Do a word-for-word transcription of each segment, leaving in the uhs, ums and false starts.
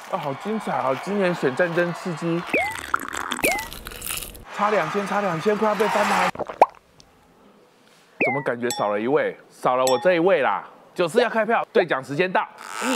啊，好精彩啊！今年选战争刺激，差两千，差两千，快要被翻盘。怎么感觉少了一位？少了我这一位啦！九四要开票，兑奖时间到。嗯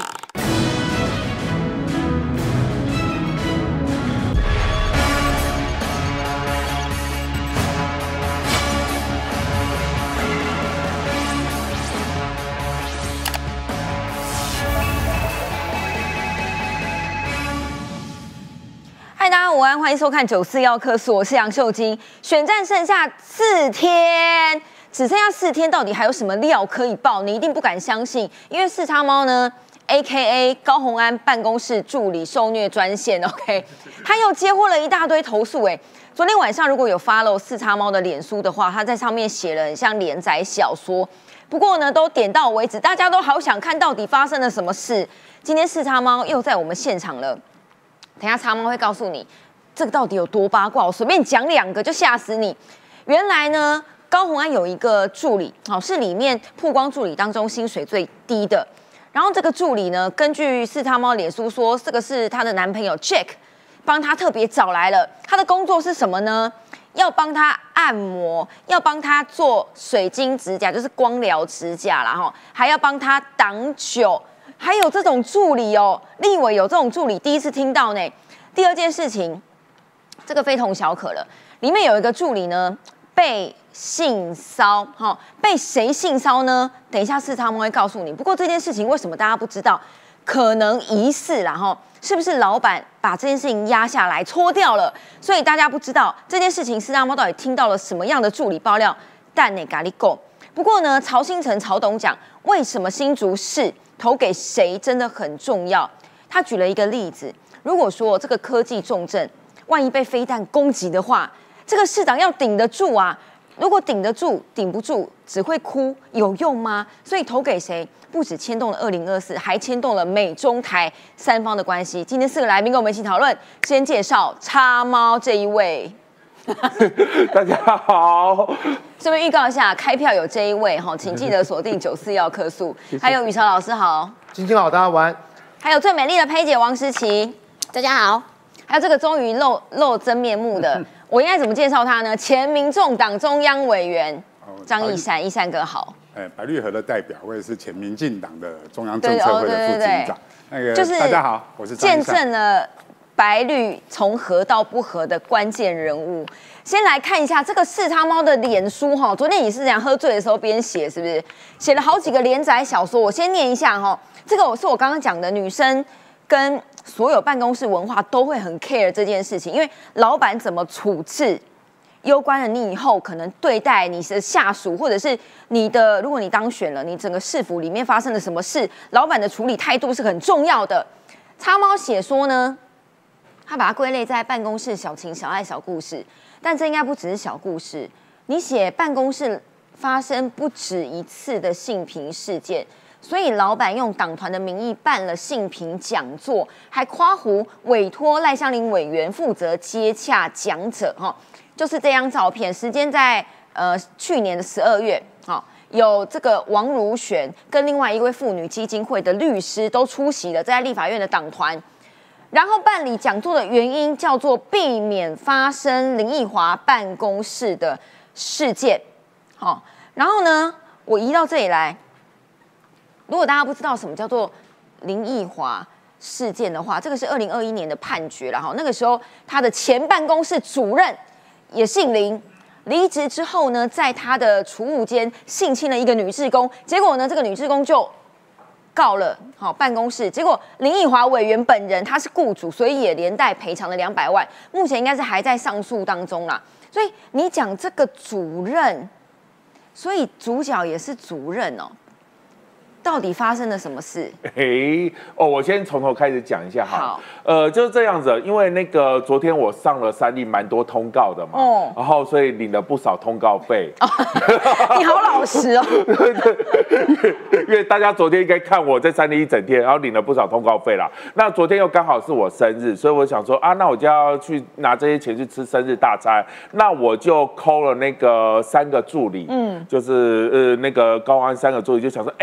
嗨，大家午安，欢迎收看九四要客诉，我是杨秀晶。选战剩下四天，只剩下四天，到底还有什么料可以爆？你一定不敢相信，因为四叉猫呢 ，A K A 高虹安办公室助理受虐专线 ，OK， 他又接获了一大堆投诉，哎，昨天晚上如果有 follow 四叉猫的脸书的话，他在上面写了很像连载小说，不过呢，都点到为止，大家都好想看到底发生了什么事。今天四叉猫又在我们现场了。等一下，叉猫会告诉你这个到底有多八卦。我随便讲两个就吓死你。原来呢，高虹安有一个助理，好是里面曝光助理当中薪水最低的。然后这个助理呢，根据四叉猫脸书说，这个是她的男朋友 Jack 帮她特别找来了。他的工作是什么呢？要帮他按摩，要帮他做水晶指甲，就是光疗指甲啦，哈，还要帮他挡酒。还有这种助理哦，立委有这种助理，第一次听到呢。第二件事情，这个非同小可了。里面有一个助理呢，被性骚扰，哈，被谁性骚扰呢？等一下四叉猫会告诉你。不过这件事情为什么大家不知道？可能疑似啦，哈，是不是老板把这件事情压下来搓掉了？所以大家不知道这件事情，四叉猫到底听到了什么样的助理爆料？但呢，咖喱够。不过呢，曹兴诚曹董讲，为什么新竹市投给谁真的很重要？他举了一个例子，如果说这个科技重镇，万一被飞弹攻击的话，这个市长要顶得住啊！如果顶得住，顶不住只会哭，有用吗？所以投给谁，不只牵动了二零二四，还牵动了美中台三方的关系。今天四个来宾跟我们一起讨论，先介绍叉猫这一位。 大家好， 顺便预告一下，开票有这一位哈，请记得锁定九四要客诉。还有宇潮老师好， 晶晶好，大家晚。 还有最美丽的佩姐王诗琪，大家好。还有这个终于露露真面目的，我应该怎么介绍他呢？前民众党中央委员张义善，义善哥好。 哎，白绿河的代表，我也是前民进党的中央政策会的副执长。那个就是大家好，我是张义善。 见证了白绿从合到不合的关键人物。先来看一下这个四叉猫的脸书哈，昨天也是这样，喝醉的时候边写，是不是写了好几个连载小说？我先念一下哈，这个我是我刚刚讲的，女生跟所有办公室文化都会很 care 这件事情，因为老板怎么处置，攸关了你以后可能对待你的下属，或者是你的，如果你当选了，你整个市府里面发生了什么事，老板的处理态度是很重要的。叉猫写说呢，他把它归类在办公室小情小爱小故事。但这应该不只是小故事，你写办公室发生不止一次的性平事件，所以老板用党团的名义办了性平讲座，还夸胡委托赖香伶委员负责接洽讲者，哈，就是这张照片，时间在呃去年的十二月，哈，有这个王如璇跟另外一位妇女基金会的律师都出席了，在立法院的党团。然后办理讲座的原因叫做避免发生林奕华办公室的事件，好，然后呢，我移到这里来。如果大家不知道什么叫做林奕华事件的话，这个是二零二一年的判决了哈。那个时候他的前办公室主任也姓林，离职之后呢，在他的储物间性侵了一个女志工，结果呢，这个女志工就告了好办公室，结果林奕华委员本人他是雇主，所以也连带赔偿了两百万，目前应该是还在上诉当中啦。所以你讲这个主任，所以主角也是主任哦，到底发生了什么事？ 嘿，哦，我先从头开始讲一下哈。 好， 呃，就是这样子，因为那个昨天我上了三立蛮多通告的嘛，哦，然后所以领了不少通告费。哦、 你好老实哦。 因为大家昨天应该看我在三立一整天，然后领了不少通告费啦。那昨天又刚好是我生日，所以我想说啊，那我就要去拿这些钱去吃生日大餐。那我就扣了那个三个助理，嗯，就是呃那个高安三个助理，就想说，哎、欸，今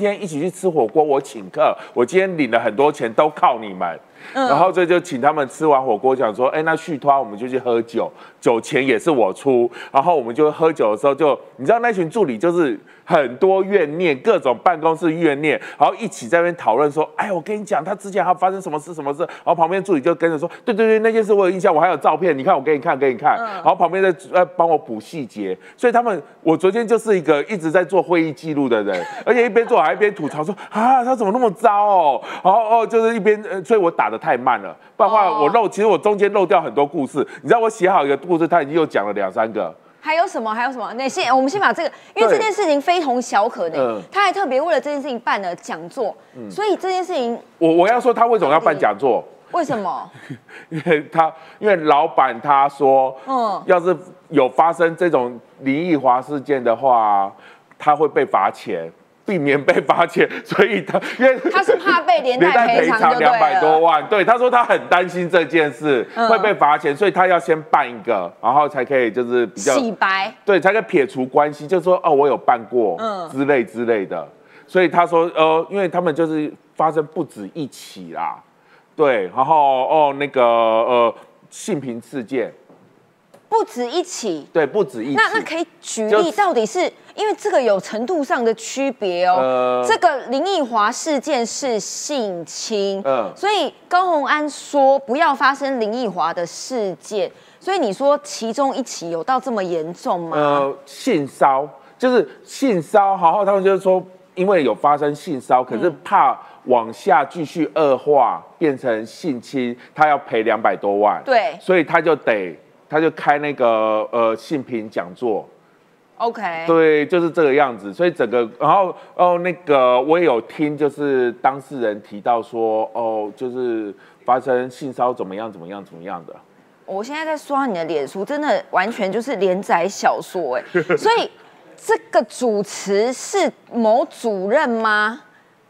天一起去吃火锅，我请客，我今天领了很多钱，都靠你们。嗯、然后这就请他们吃完火锅，讲说，哎，那续托我们就去喝酒，酒钱也是我出。然后我们就喝酒的时候就，你知道那群助理就是很多怨念，各种办公室怨念，然后一起在那边讨论说，哎，我跟你讲，他之前还发生什么事什么事。然后旁边助理就跟着说，对对对，那件事我有印象，我还有照片，你看我给你看给你看。嗯、然后旁边在呃帮我补细节，所以他们，我昨天就是一个一直在做会议记录的人，而且一边做还一边吐槽说，啊，他怎么那么糟哦，然后哦就是一边，呃、所以我打的太慢了，不然的话我漏，其实我中间漏掉很多故事。你知道我写好一个故事，他已经又讲了两三个。还有什么？还有什么？那先，我们先把这个，因为这件事情非同小可的，嗯、他还特别为了这件事情办了讲座，嗯、所以这件事情， 我我要说他为什么要办讲座？ 为什么？ 因为他因为老板他说，嗯，要是有发生这种林奕华事件的话，他会被罚钱。避免被罚钱，所以他因为他是怕被连带赔偿两百多万，对，他说他很担心这件事、嗯、会被罚钱，所以他要先办一个，然后才可以就是比较洗白， 对，才可以撇除关系，就说哦我有办过，嗯，之类之类的，所以他说呃，因为他们就是发生不止一起啦，对，然后哦那个呃性平事件。 不止一起， 对，不止一起。 那那可以举例，到底是因为这个有程度上的区别哦。呃、这个林奕华事件是性侵，嗯、呃，所以高虹安说不要发生林奕华的事件。所以你说其中一起有到这么严重吗？ 呃，性骚就是性骚，然后他们就是说，因为有发生性骚，可是怕往下继续恶化变成性侵，他要赔两百多万， 对， 所以他就得。他就开那个呃性平讲座 ，OK， 对，就是这个样子。所以整个，然后哦那个我也有听，就是当事人提到说，哦，就是发生性骚怎么样怎么样怎么样的。 我现在在刷你的脸书，真的完全就是连载小说哎，所以这个主持是某主任吗？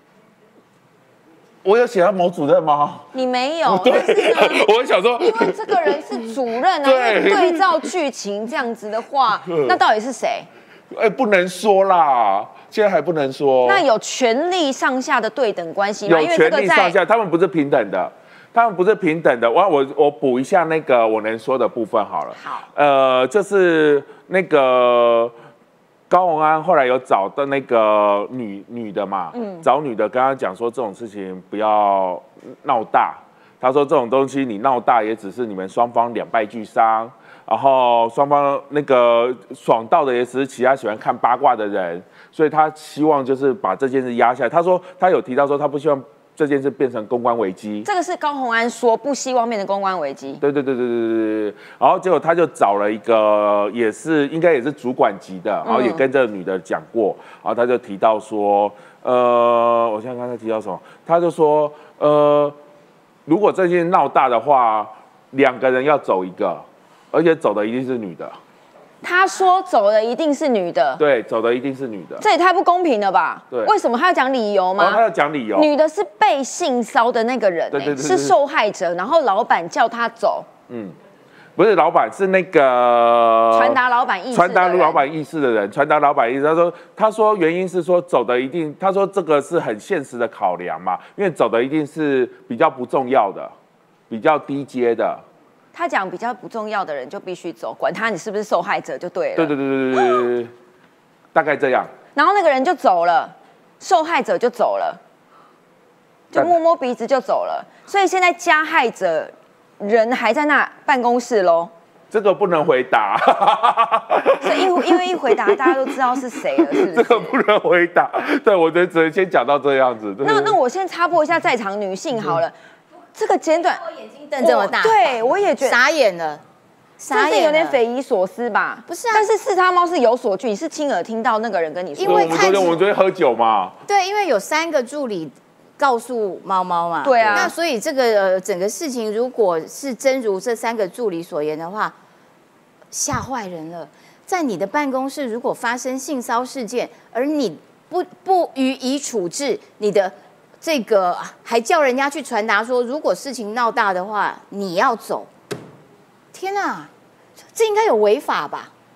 我有写到某主任吗？ 你没有， 对，我想说， 因为这个人是主任啊，对，对照剧情这样子的话，那到底是谁？ 哎，不能说啦，现在还不能说。 那有权力上下的对等关系吗？ 有权力上下，他们不是平等的，他们不是平等的。我我我补一下那个我能说的部分好了。 好， 呃，就是那个。高虹安后来有找到那个女女的嘛，嗯、找女的跟他讲说这种事情不要闹大。他说这种东西你闹大也只是你们双方两败俱伤，然后双方那个爽到的也只是其他喜欢看八卦的人，所以他希望就是把这件事压下来。他说他有提到说他不希望这件事变成公关危机， 这个是高虹安说不希望变成公关危机。 对对对对对对对。然后结果他就找了一个，也是应该也是主管级的，然后也跟这个女的讲过，然后他就提到说，呃，我现在刚才提到什么？他就说，呃，如果这件事闹大的话，两个人要走一个，而且走的一定是女的。 他说走的一定是女的， 对，走的一定是女的， 这也太不公平了吧？ 对， 为什么他要讲理由吗？ 哦、他要讲理由， 女的是被性骚的那个人、欸， 对对对对是受害者，然后老板叫他走， 嗯，不是老板，是那个传达老板意思， 传达老板意思的人，传达老板意思。他说，他说原因是说走的一定，他说这个是很现实的考量嘛，因为走的一定是比较不重要的，比较低阶的。 他讲比较不重要的人就必须走，管他你是不是受害者就对了。 对对对对对对对，大概这样。 然后那个人就走了，受害者就走了，就摸摸鼻子就走了。所以现在加害者人还在那办公室喽。 这个不能回答。 所以因因为一回答大家都知道是谁了，是不是？ 这个不能回答。对，我觉得只能先讲到这样子。 那那我先插播一下在场女性好了。嗯，这个简短， 我眼睛瞪这么大， 对我也觉得傻眼了， 傻眼，有点匪夷所思吧？ 不是啊， 但是四叉猫是有所据，你是亲耳听到那个人跟你说， 因为我们昨天我们昨天喝酒嘛， 对，因为有三个助理告诉猫猫嘛， 对啊， 那所以这个呃整个事情如果是真如这三个助理所言的话，吓坏人了。在你的办公室如果发生性骚事件，而你不不予以处置，你的这个还叫人家去传达说，如果事情闹大的话，你要走。天啊，这应该有违法吧？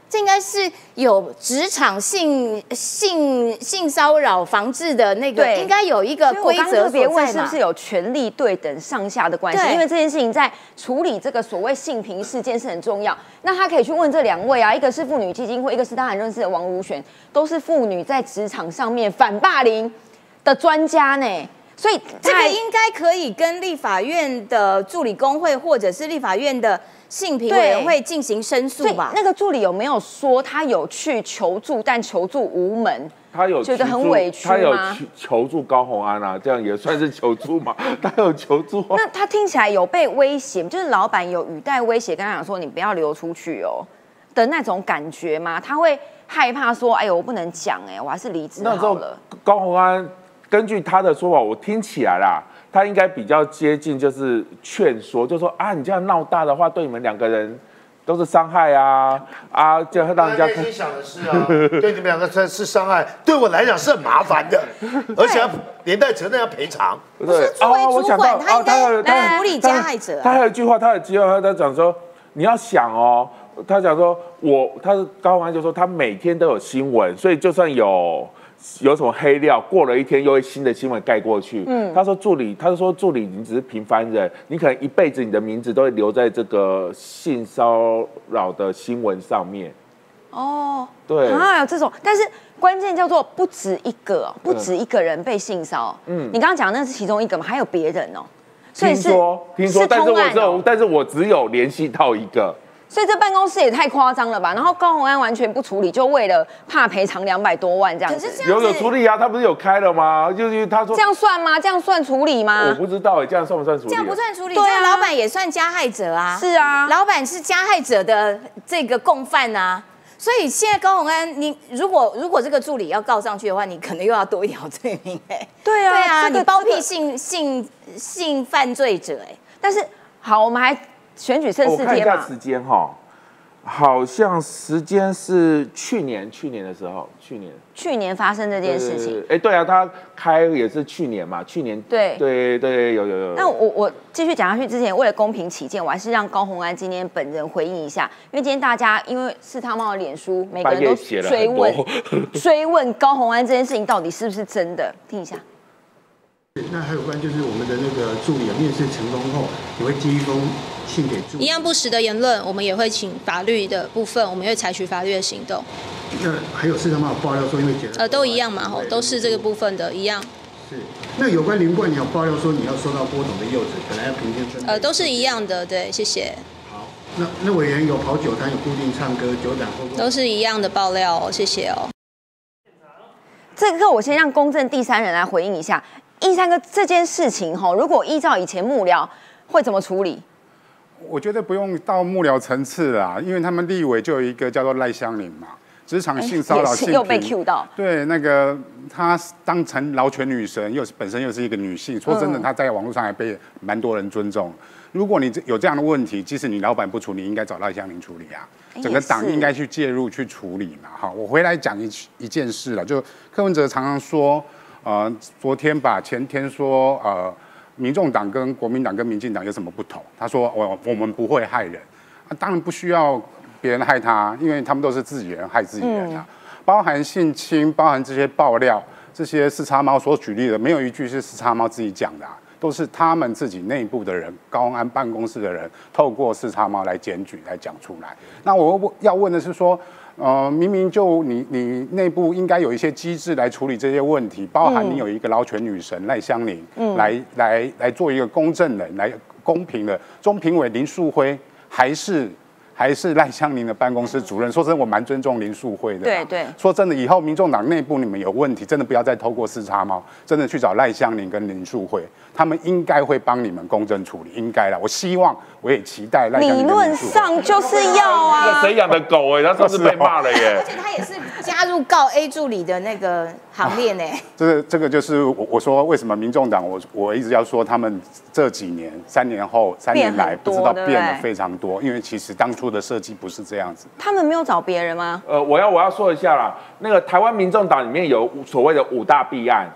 这应该是有职场性性性骚扰防治的那个，应该有一个规则。 特别问是不是有权力对等上下的关系？因为这件事情在处理这个所谓性平事件是很重要。那他可以去问这两位啊，一个是妇女基金会，一个是他很认识的王如璇，都是妇女在职场上面反霸凌的专家呢。所以这个应该可以跟立法院的助理工会或者是立法院的性平委员会进行申诉吧。 那个助理有没有说他有去求助，但求助无门？ 他有觉得很委屈吗？ 他有求助高虹安啊，这样也算是求助嘛？他有求助、啊。 那他听起来有被威胁，就是老板有语带威胁，跟他讲说你不要流出去哦的那种感觉吗？他会害怕说，哎呦，我不能讲，哎，我还是离职好了。 高虹安。根据他的说法，我听起来啦，他应该比较接近，就是劝说，就说啊，你这样闹大的话，对你们两个人都是伤害啊啊，这样让人家。 内心想的是啊，对你们两个是是伤害，对我来讲是很麻烦的，而且要连带责任要赔偿。 对，作为主管，他应该来处理加害者。 他还有一句话，他有句话，他讲说，你要想哦，他讲说我，他高虹安就说他每天都有新闻，所以就算有。有什么黑料，过了一天又会新的新闻盖过去。嗯，他说助理，他就说助理，你只是平凡人，你可能一辈子你的名字都会留在这个性骚扰的新闻上面。 哦， 对， 啊，有这种，但是关键叫做不止一个，不止一个人被性骚。嗯，你刚刚讲的那是其中一个吗？还有别人哦。 所以是听说，听说，但是我只有，但是我只有联系到一个。 所以这办公室也太夸张了吧？然后高虹安完全不处理，就为了怕赔偿两百多万这样子。 可是这样有有处理啊，他不是有开了吗？就是他说这样算吗？这样算处理吗？ 我不知道哎，这样算不算处理？ 这样不算处理，对啊，老板也算加害者啊。 是啊， 老板是加害者的这个共犯啊。所以现在高虹安，你如果如果这个助理要告上去的话，你可能又要多一条罪名哎。 对啊， 对啊，你包庇性性性犯罪者哎。 但是好，我们还。选举剩四天嘛？ 我看一下时间哈，好像时间是去年去年的时候，去年去年发生这件事情。 哎，对啊，他开也是去年嘛，去年对对对有有有。 那我我继续讲下去之前，为了公平起见，我还是让高虹安今天本人回应一下，因为今天大家因为是他猫的脸书，每个人都追问追问高虹安这件事情到底是不是真的，听一下。 那还有关就是我们的那个助理面试成功后，也会寄一封信给助理。 一样不实的言论，我们也会请法律的部分，我们会采取法律的行动。 那还有市场嘛有爆料说，因为检呃都一样嘛，吼，都是这个部分的一样。 是。那有关林冠，你有爆料说你要收到郭董的柚子，本来要平天分配。 呃，都是一样的，对，谢谢。 好，那那委员有跑酒摊，有固定唱歌，酒展会不会？ 都是一样的爆料哦，谢谢哦。 这个我先让公正第三人来回应一下。一三哥这件事情哈，如果依照以前幕僚会怎么处理？ 我觉得不用到幕僚层次啦，因为他们立委就有一个叫做赖香伶嘛，职场性骚扰性平， 又被 Q 到。 对，那个她当成劳权女神，又是本身又是一个女性，说真的，她在网络上还被蛮多人尊重。如果你有这样的问题，即使你老板不处理，应该找赖香伶处理啊。整个党应该去介入去处理嘛。好，我回来讲一一件事了，就柯文哲常常说。呃，昨天吧，前天说，呃，民众党跟国民党跟民进党有什么不同？他说，我我们不会害人，啊，当然不需要别人害他，因为他们都是自己人害自己人啊。嗯、包含性侵，包含这些爆料，这些四叉猫所举例的，没有一句是四叉猫自己讲的、啊，都是他们自己内部的人，高安办公室的人，透过四叉猫来检举来讲出来。那我要问的是说。呃，明明就你你内部应该有一些机制来处理这些问题，包含你有一个劳权女神赖香伶，嗯，来来来做一个公正人，来公平的。中评委林素辉还是还是赖香伶的办公室主任，说真的，我蛮尊重林素辉的。 对对， 说真的，以后民众党内部你们有问题，真的不要再透过四叉猫，真的去找赖香伶跟林素辉，他们应该会帮你们公正处理，应该啦。我希望，我也期待赖香伶。 理论上就是要啊。 那谁养的狗哎、欸？他上次被骂了耶。 而且他也是加入告 A 助理的那个行列呢。 这个这个就是我我说为什么民众党我我一直要说他们这几年三年后三年来不知道变了非常多，因为其实当初的设计不是这样子。 他们没有找别人吗？ 呃，我要我要说一下啦，那个台湾民众党里面有所谓的五大弊案。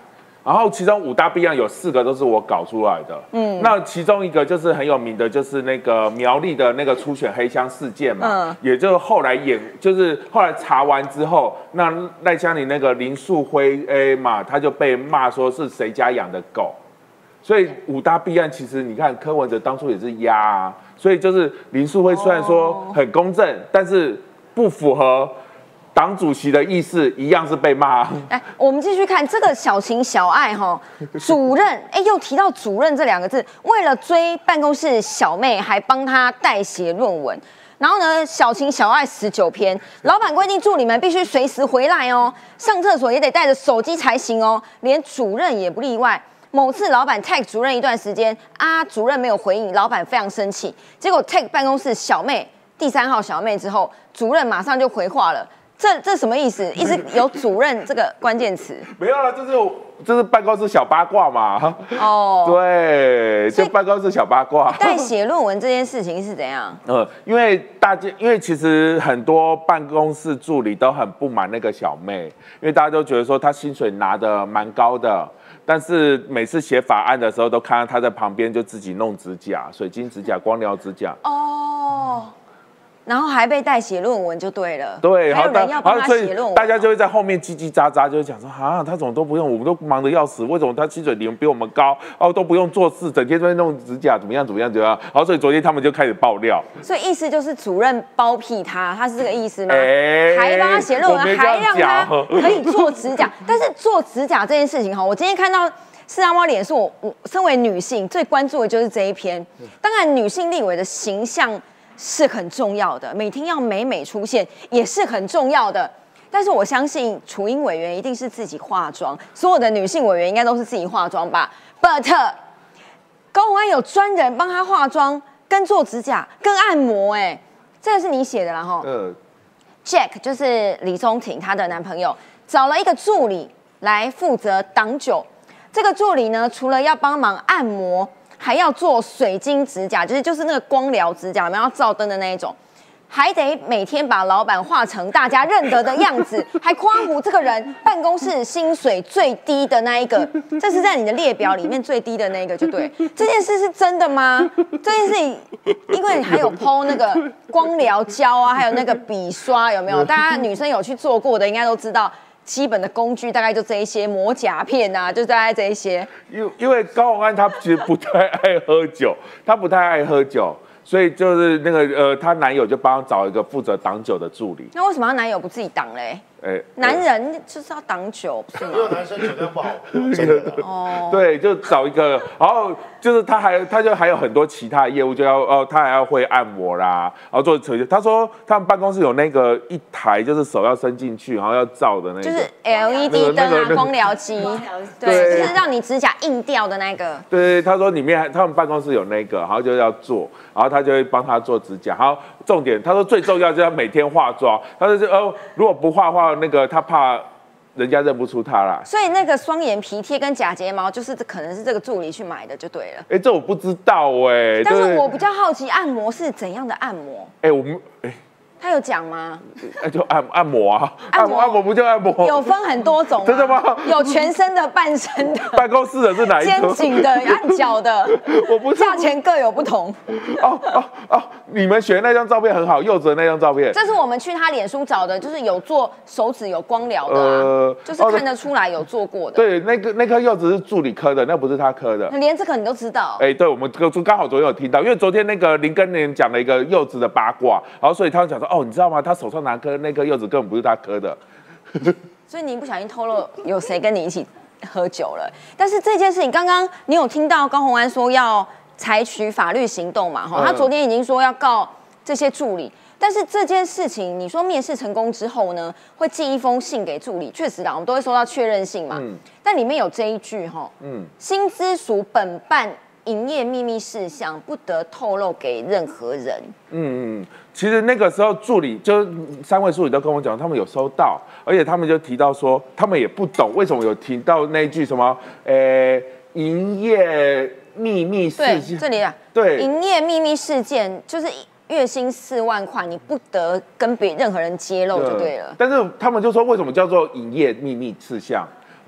然后其中五大弊案有四个都是我搞出来的。嗯，那其中一个就是很有名的，就是那个苗栗的那个初选黑箱事件嘛，嗯，也就是后来演，就是后来查完之后，那赖香林那个林素辉 A 嘛，他就被骂说是谁家养的狗。所以五大弊案，其实你看柯文哲当初也是压啊，所以就是林素辉虽然说很公正，但是不符合党主席的意思，一样是被骂。 来，我们继续看这个小情小爱哈，主任哎，又提到主任这两个字，为了追办公室小妹，还帮他代写论文。然后呢，小情小爱十九篇，老板规定助理们必须随时回来哦，上厕所也得带着手机才行哦，连主任也不例外。某次老板 tag 主任一段时间啊，主任没有回应，老板非常生气。结果 tag 办公室小妹第三号小妹之后，主任马上就回话了。这这什么意思？意思有主任这个关键词？ 没有了，这是这是办公室小八卦嘛。 哦， 对，就办公室小八卦。 代写论文这件事情是怎样？ 呃，因为大家，因为其实很多办公室助理都很不满那个小妹，因为大家都觉得说她薪水拿的蛮高的。但是每次写法案的时候，都看到他在旁边就自己弄指甲，水晶指甲、光疗指甲。 哦，然后还被代写论文就对了。 对， 还有人要帮他写论文， 大家就会在后面叽叽喳喳，就会讲说啊，他怎么都不用，我们都忙得要死，为什么他薪水比我们高？哦，都不用做事，整天都在弄指甲，怎么样怎么样怎么样？然后所以昨天他们就开始爆料。 所以意思就是主任包庇他，他是这个意思吗？欸、还帮他写论文，还让他可以做指甲。但是做指甲这件事情哈，我今天看到四大猫脸书，我我身为女性最关注的就是这一篇。当然，女性立委的形象是很重要的，每天要美美出现也是很重要的。但是我相信楚英委员一定是自己化妆，所有的女性委员应该都是自己化妆吧 ？But 高虹安有专人帮她化妆、跟做指甲、跟按摩、欸，哎，这个是你写的啦哈。嗯。Jack 就是李宗廷她的男朋友，找了一个助理来负责挡酒。这个助理呢，除了要帮忙按摩，还要做水晶指甲，就是就是那个光疗指甲，我们要照灯的那一种，还得每天把老板画成大家认得的样子，还夸胡这个人办公室薪水最低的那一个，这是在你的列表里面最低的那一个，就对。这件事是真的吗？这件事情，因为还有 po 那个光疗胶啊，还有那个笔刷，有没有？大家女生有去做过的，应该都知道。基本的工具大概就这一些，磨甲片啊，就大概这一些。 因因为高虹安她其实不太爱喝酒，她不太爱喝酒，所以就是那个呃，她男友就帮她找一个负责挡酒的助理。 那为什么她男友不自己挡嘞？哎、欸，男人就是要挡酒，不是吗？ 因为男生酒量不好，真的。 哦，对，就找一个，然后就是他还他就还有很多其他业务，就要哦，他还要会按摩啦，然后做成。他说他们办公室有那个一台，就是手要伸进去，然后要照的那个， 就是 L E D 灯啊，光疗机，对，就是让你指甲硬掉的那个。 对，他说里面他们办公室有那个，然后就要做，然后他就会帮他做指甲。然后重点，他说最重要就是要每天化妆，他说哦，如果不化的话。那个他怕人家认不出他啦， 所以那个双眼皮贴跟假睫毛就是可能是这个助理去买的就对了。 哎、欸，这我不知道哎、欸。 但是我比较好奇按摩是怎样的按摩？ 哎、欸，我们哎。欸他有讲吗？ 哎，就按按摩啊，按摩按摩不就按摩？ 有分很多种， 真的吗？ 有全身的、半身的。 办公室的是哪一种？ 肩颈的、按脚的， 我不是。 价钱各有不同。 哦哦哦，你们选那张照片很好，柚子的那张照片。 这是我们去他脸书找的，就是有做手指有光疗的、啊，呃，就是看得出来有做过的。 对，那个那颗柚子是助理科的，那不是他科的。 连这个你都知道？ 哎、欸，对，我们刚好昨天有听到，因为昨天那个林根年讲了一个柚子的八卦，然后所以他们讲说，哦，你知道吗？他手上拿颗那颗柚子根本不是他磕的， 所以你不小心透露有谁跟你一起喝酒了。但是这件事情，刚刚你有听到高虹安说要采取法律行动嘛？哈、嗯，他昨天已经说要告这些助理。但是这件事情，你说面试成功之后呢，会寄一封信给助理，确实啦，我们都会收到确认信嘛。嗯、但里面有这一句哈，嗯，薪资属本办营业秘密事项，不得透露给任何人。嗯嗯，其实那个时候助理就三位助理都跟我讲，他们有收到，而且他们就提到说，他们也不懂为什么有提到那一句什么，呃，营业秘密事件。 对，这里啊， 对， 营业秘密事件就是月薪四万块，你不得跟别任何人揭露就对了。 但是他们就说，为什么叫做营业秘密事项？然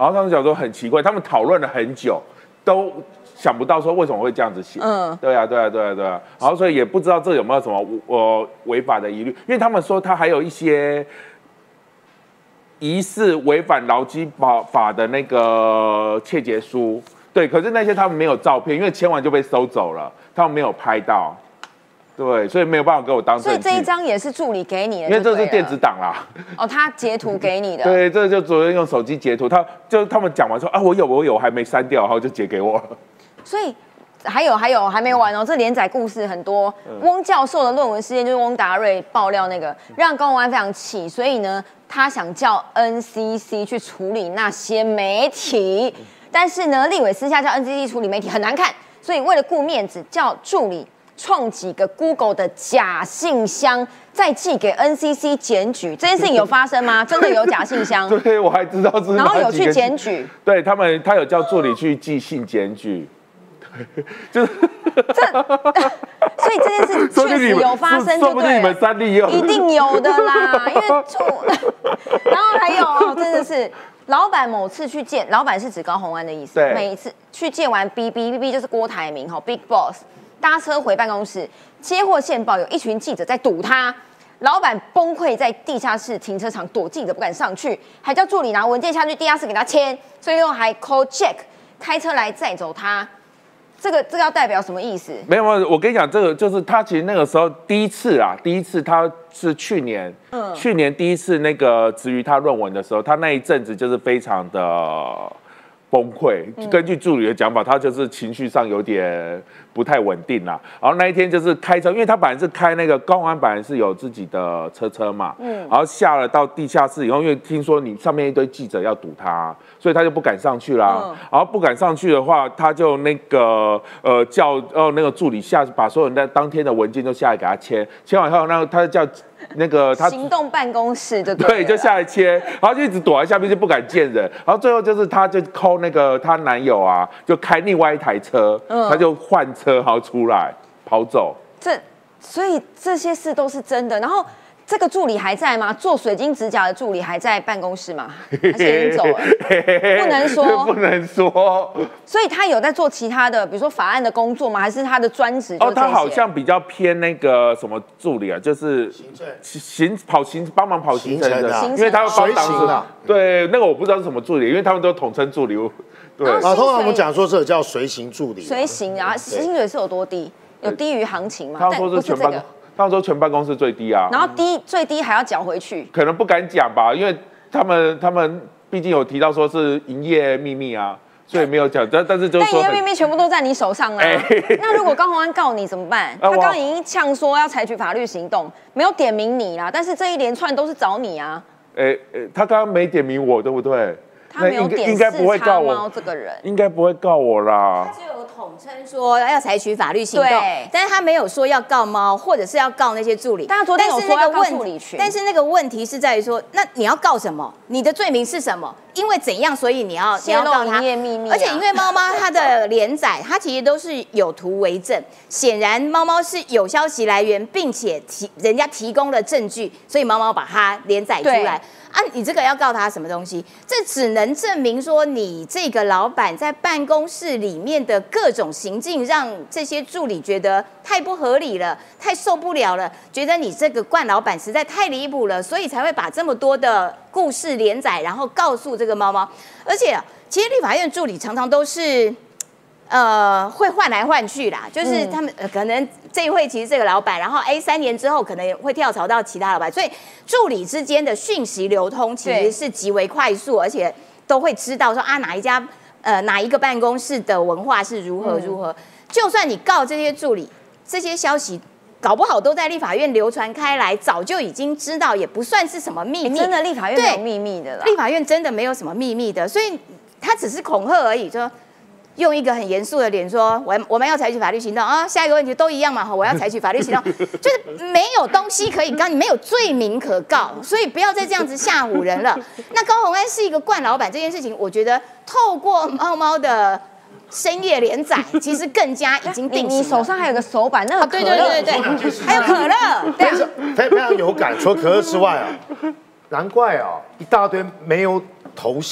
然后他们讲说很奇怪，他们讨论了很久，都想不到说为什么会这样子写。嗯，对啊，对啊，对啊，对啊。然后所以也不知道这有没有什么呃违法的疑虑，因为他们说他还有一些疑似违反劳基法法的那个切结书。对，可是那些他们没有照片，因为签完就被收走了，他们没有拍到，对，所以没有办法给我当证据。 所以这一张也是助理给你的， 因为这是电子档啦。 哦，他截图给你的。 对，这就昨天用手机截图，他就他们讲完说啊，我有我有，还没删掉，然后就截给我了。 所以还有还有还没完哦，这连载故事很多。嗯、翁教授的论文事件就是翁达瑞爆料那个，让高虹安非常气，所以呢，他想叫 N C C 去处理那些媒体。但是呢，立委私下叫 N C C 处理媒体很难看，所以为了顾面子，叫助理创几个 Google 的假信箱，再寄给 N C C 检举。这件事情有发生吗？真的有假信箱？ 对，我还知道是。 然后有去检举。 对他们，他有叫助理去寄信检举。就是这，所以这件事确实有发生，就对了。 你们三立有， 一定有的啦，因为助，然后还有哦，真的是。老板某次去见，老板是指高虹安的意思。每一次去见完 B B B B 就是郭台铭哈 Big Boss， 搭车回办公室，接获线报有一群记者在堵他，老板崩溃在地下室停车场躲记者不敢上去，还叫助理拿文件下去地下室给他签，最后还 call Jack 开车来载走他。这个这个要代表什么意思？ 没有没有，我跟你讲，这个就是他其实那个时候第一次啊，第一次他是去年，嗯，去年第一次那个质疑他论文的时候，他那一阵子就是非常的崩溃。根据助理的讲法，他就是情绪上有点不太稳定啦。然后那一天就是开车，因为他本来是开那个高虹安本来是有自己的车车嘛，嗯，然后下了到地下室以后，因为听说你上面一堆记者要堵他，所以他就不敢上去啦。嗯、然后不敢上去的话，他就那个呃叫呃那个助理下把所有人的当天的文件都下来给他签，签完以后，那他就叫那个他行动办公室就对，就下来签，然后就一直躲在下面就不敢见人，然后最后就是他就 call 那个她男友啊，就开另外一台车，嗯、他就换车然后出来跑走。 这所以这些事都是真的，然后。这个助理还在吗？做水晶指甲的助理还在办公室吗？还是已经走了？不能说， 不能说。 所以他有在做其他的，比如说法案的工作吗？还是他的专职？ 哦，他好像比较偏那个什么助理啊，就是行跑行帮忙跑行程的， 啊、 因为他会帮当啊。 对，那个我不知道是什么助理，因为他们都统称助理。对， 啊，通常我们讲说这叫随行助理。 随行啊，薪水是有多低？有低于行情吗？ 他说是全办公。他们说全办公室最低啊， 然后低最低还要缴回去， 可能不敢讲吧，因为他们他们毕竟有提到说是营业秘密啊，所以没有讲。但但是就是说， 但营业秘密全部都在你手上啊。欸、那如果高虹安告你怎么办？他刚刚已经呛说要采取法律行动，没有点名你啦，但是这一连串都是找你啊。 哎、欸欸、他刚刚没点名我，对不对？ 他没有点应该不会告我这个人， 应该不会告我啦。 他只有统称说要采取法律行动，但是他没有说要告猫，或者是要告那些助理。 但他昨天有说要告助理群， 但是那个问题是在于说，那你要告什么？你的罪名是什么？因为怎样，所以你要泄露营业秘密、啊。 而且因为猫猫它的连载，它其实都是有图为证，显然猫猫是有消息来源，并且提人家提供了证据，所以猫猫把它连载出来。啊，你这个要告他什么东西？这只能证明说你这个老板在办公室里面的各种行径，让这些助理觉得太不合理了，太受不了了，觉得你这个冠老板实在太离谱了，所以才会把这么多的故事连载，然后告诉这个猫猫。而且，其实立法院助理常常都是。呃，会换来换去啦，就是他们、呃、可能这一会其实这个老板，然后哎三年之后可能会跳槽到其他老板，所以助理之间的讯息流通其实是极为快速，而且都会知道说啊哪一家呃哪一个办公室的文化是如何如何。嗯、就算你告这些助理，这些消息搞不好都在立法院流传开来，早就已经知道，也不算是什么秘密。 欸、真的，立法院没有秘密的啦。 立法院真的没有什么秘密的，所以他只是恐吓而已，说。用一个很严肃的脸说，我我们要采取法律行动啊！下一个问题都一样嘛，我要采取法律行动，就是没有东西可以告，你没有罪名可告，所以不要再这样子吓唬人了。那高虹安是一个惯老板这件事情，我觉得透过猫猫的深夜连载，其实更加已经定型了。 你手上还有个手板，那个可乐， 对对对对，还有可乐，对啊， 非非常有感。除了可乐之外啊，难怪啊，一大堆没有头像。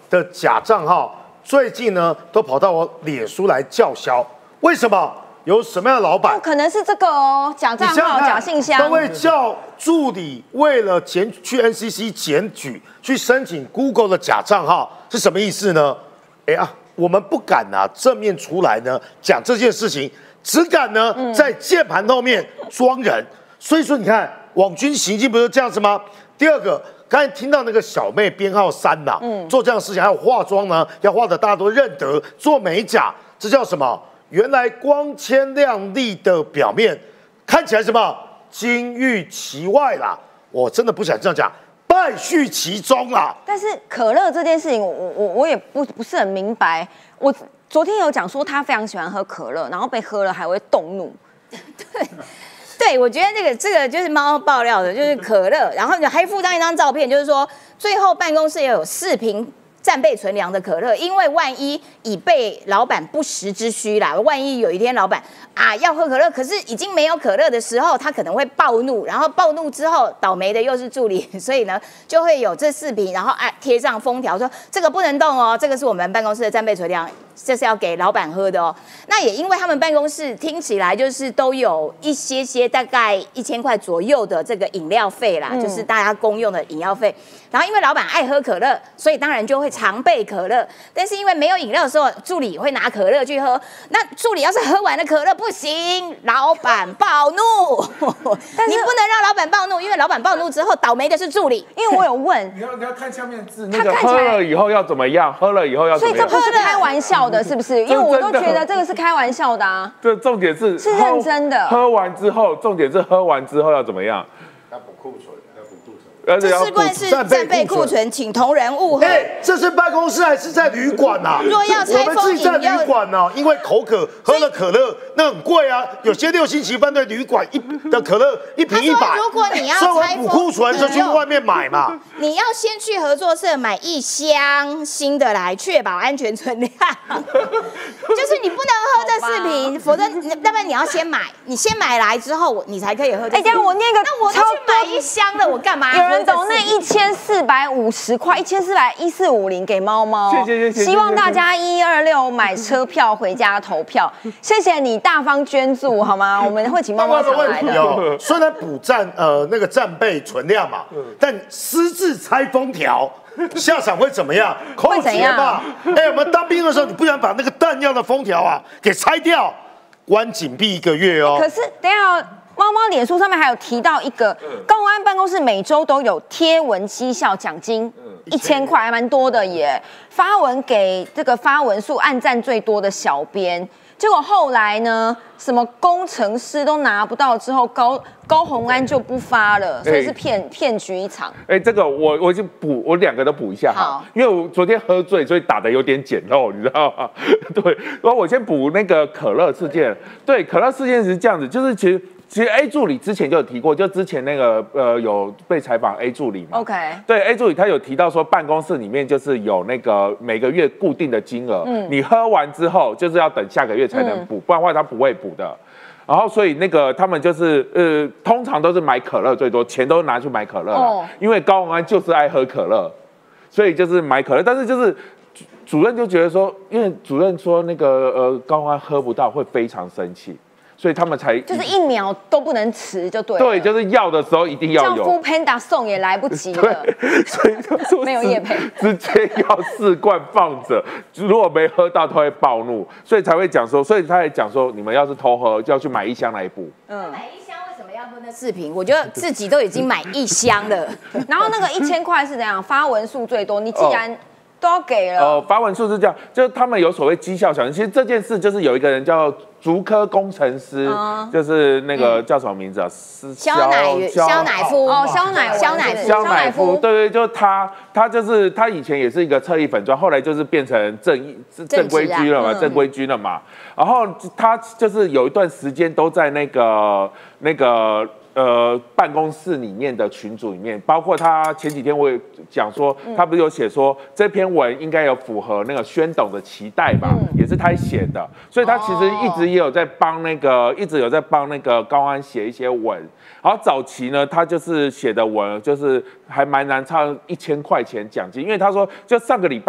的假账号，最近呢都跑到我脸书来叫嚣，为什么？有什么样的老板？ 可能是这个哦，假账号、假信箱， 都会叫助理为了检去 N C C 检举，去申请 Google 的假账号，是什么意思呢？哎呀，我们不敢啊正面出来呢讲这件事情，只敢呢在键盘后面装人。所以说，你看网军行径不是这样子吗？第二个，刚才听到那个小妹编号三呐、啊，嗯，做这样的事情，还有化妆呢，要化的大家都认得，做美甲，这叫什么？原来光鲜亮丽的表面，看起来什么金玉其外啦，我真的不想这样讲，败絮其中啦。 但是可乐这件事情，我我我也不不是很明白。我昨天有讲说他非常喜欢喝可乐，然后被喝了还会动怒。 对。对，我觉得这个这个就是猫爆料的，就是可乐，然后还附上一张照片，就是说最后办公室也有四瓶战备存粮的可乐，因为万一以备老板不时之需啦，万一有一天老板啊要喝可乐，可是已经没有可乐的时候，他可能会暴怒，然后暴怒之后倒霉的又是助理，所以呢就会有这四瓶，然后哎贴上封条说这个不能动哦，这个是我们办公室的战备存粮。这是要给老板喝的哦。那也因为他们办公室听起来就是都有一些些大概一千块左右的这个饮料费啦，嗯、就是大家公用的饮料费。然后因为老板爱喝可乐，所以当然就会常备可乐。但是因为没有饮料的时候，助理会拿可乐去喝。那助理要是喝完了可乐不行，老板暴怒。但你不能让老板暴怒，因为老板暴怒之后倒霉的是助理。 因为我有问， 你要你要看下面字，那个喝了以后要怎么样？喝了以后要怎么样？ 所以这不是开玩笑的，是不是？因为我都觉得这个是开玩笑的啊。 这重点是是认真的。 喝完之后，重点是喝完之后要怎么样？ 要补库存，要补库存。 这四罐是战备库存，请同仁勿喝。 哎，这是办公室还是在旅馆啊？ 若要拆封， 我们自己在旅馆呢、啊，因为口渴喝了可乐，那很贵啊。有些六星级饭店旅馆一的可乐一瓶一百。 如果你要算完补库存，就去外面买嘛。 你要先去合作社买一箱新的来，确保安全存量。就是你不能喝这四瓶，否则要不然你要先买，你先买来之后，你才可以喝这四瓶。 哎，这样我那个， 那我去买一箱的，我干嘛？ 有人懂那一千四百五十块，一千四百一四五零给猫猫。 谢谢谢谢。 希望大家一二六买车票回家投票，谢谢你大方捐助好吗？我们会请猫猫上来的。 有，虽然补战呃那个战备存量嘛，但私自拆封条。下场会怎么样？扣钱嘛！哎、欸，我们当兵的时候，你不想把那个弹药的封条啊给拆掉，关紧闭一个月哦。 可是等一下，猫猫脸书上面还有提到一个，高安办公室每周都有贴文绩效奖金，一千块还蛮多的耶。发文给这个发文数按赞最多的小编。结果后来呢，什么工程师都拿不到，之后高高虹安就不发了，所以是骗骗局一场。 哎，这个我我就补，我两个都补一下哈，因为我昨天喝醉，所以打的有点简陋，你知道吗？对，然后我先补那个可乐事件。对，可乐事件是这样子，就是其实。其实 A 助理之前就有提过，就之前那个呃有被采访 A 助理嘛 ，OK， 对 A 助理他有提到说办公室里面就是有那个每个月固定的金额，嗯，你喝完之后就是要等下个月才能补，嗯、不然的话他不会补的。然后所以那个他们就是呃通常都是买可乐最多，钱都拿去买可乐了，哦、因为高虹安就是爱喝可乐，所以就是买可乐，但是就是主任就觉得说，因为主任说那个呃高虹安喝不到会非常生气。所以他们才就是一秒都不能迟，就对了。 对，就是要的时候一定要有。 叫 Foodpanda 送也来不及了。 所以就说没有业配， 直接要四罐放着，如果没喝到，他会暴怒，所以才会讲说，所以他也讲说，你们要是偷喝，就要去买一箱来补。 嗯，买一箱为什么要喝那四瓶？我觉得自己都已经买一箱了。 然后那个一千块是怎样？发文数最多，你既然。哦都要给了。 呃，发文数是这样，就是他们有所谓绩效奖金。其实这件事就是有一个人叫竹科工程师，嗯、就是那个、嗯、叫什么名字啊？ 肖乃肖乃夫哦，肖乃肖乃夫肖乃夫，对对，就是他，他就是他以前也是一个侧翼粉专，后来就是变成正义正规军了嘛，正规军了嘛。然后他就是有一段时间都在那个那个。呃，办公室里面的群组里面，包括他前几天我也讲说，他不是有写说、嗯、这篇文应该有符合那个宣董的期待吧，嗯、也是他写的，所以他其实一直也有在帮那个，哦、一直有在帮那个高安写一些文。然后早期呢，他就是写的文就是还蛮难差一千块钱奖金，因为他说就上个礼拜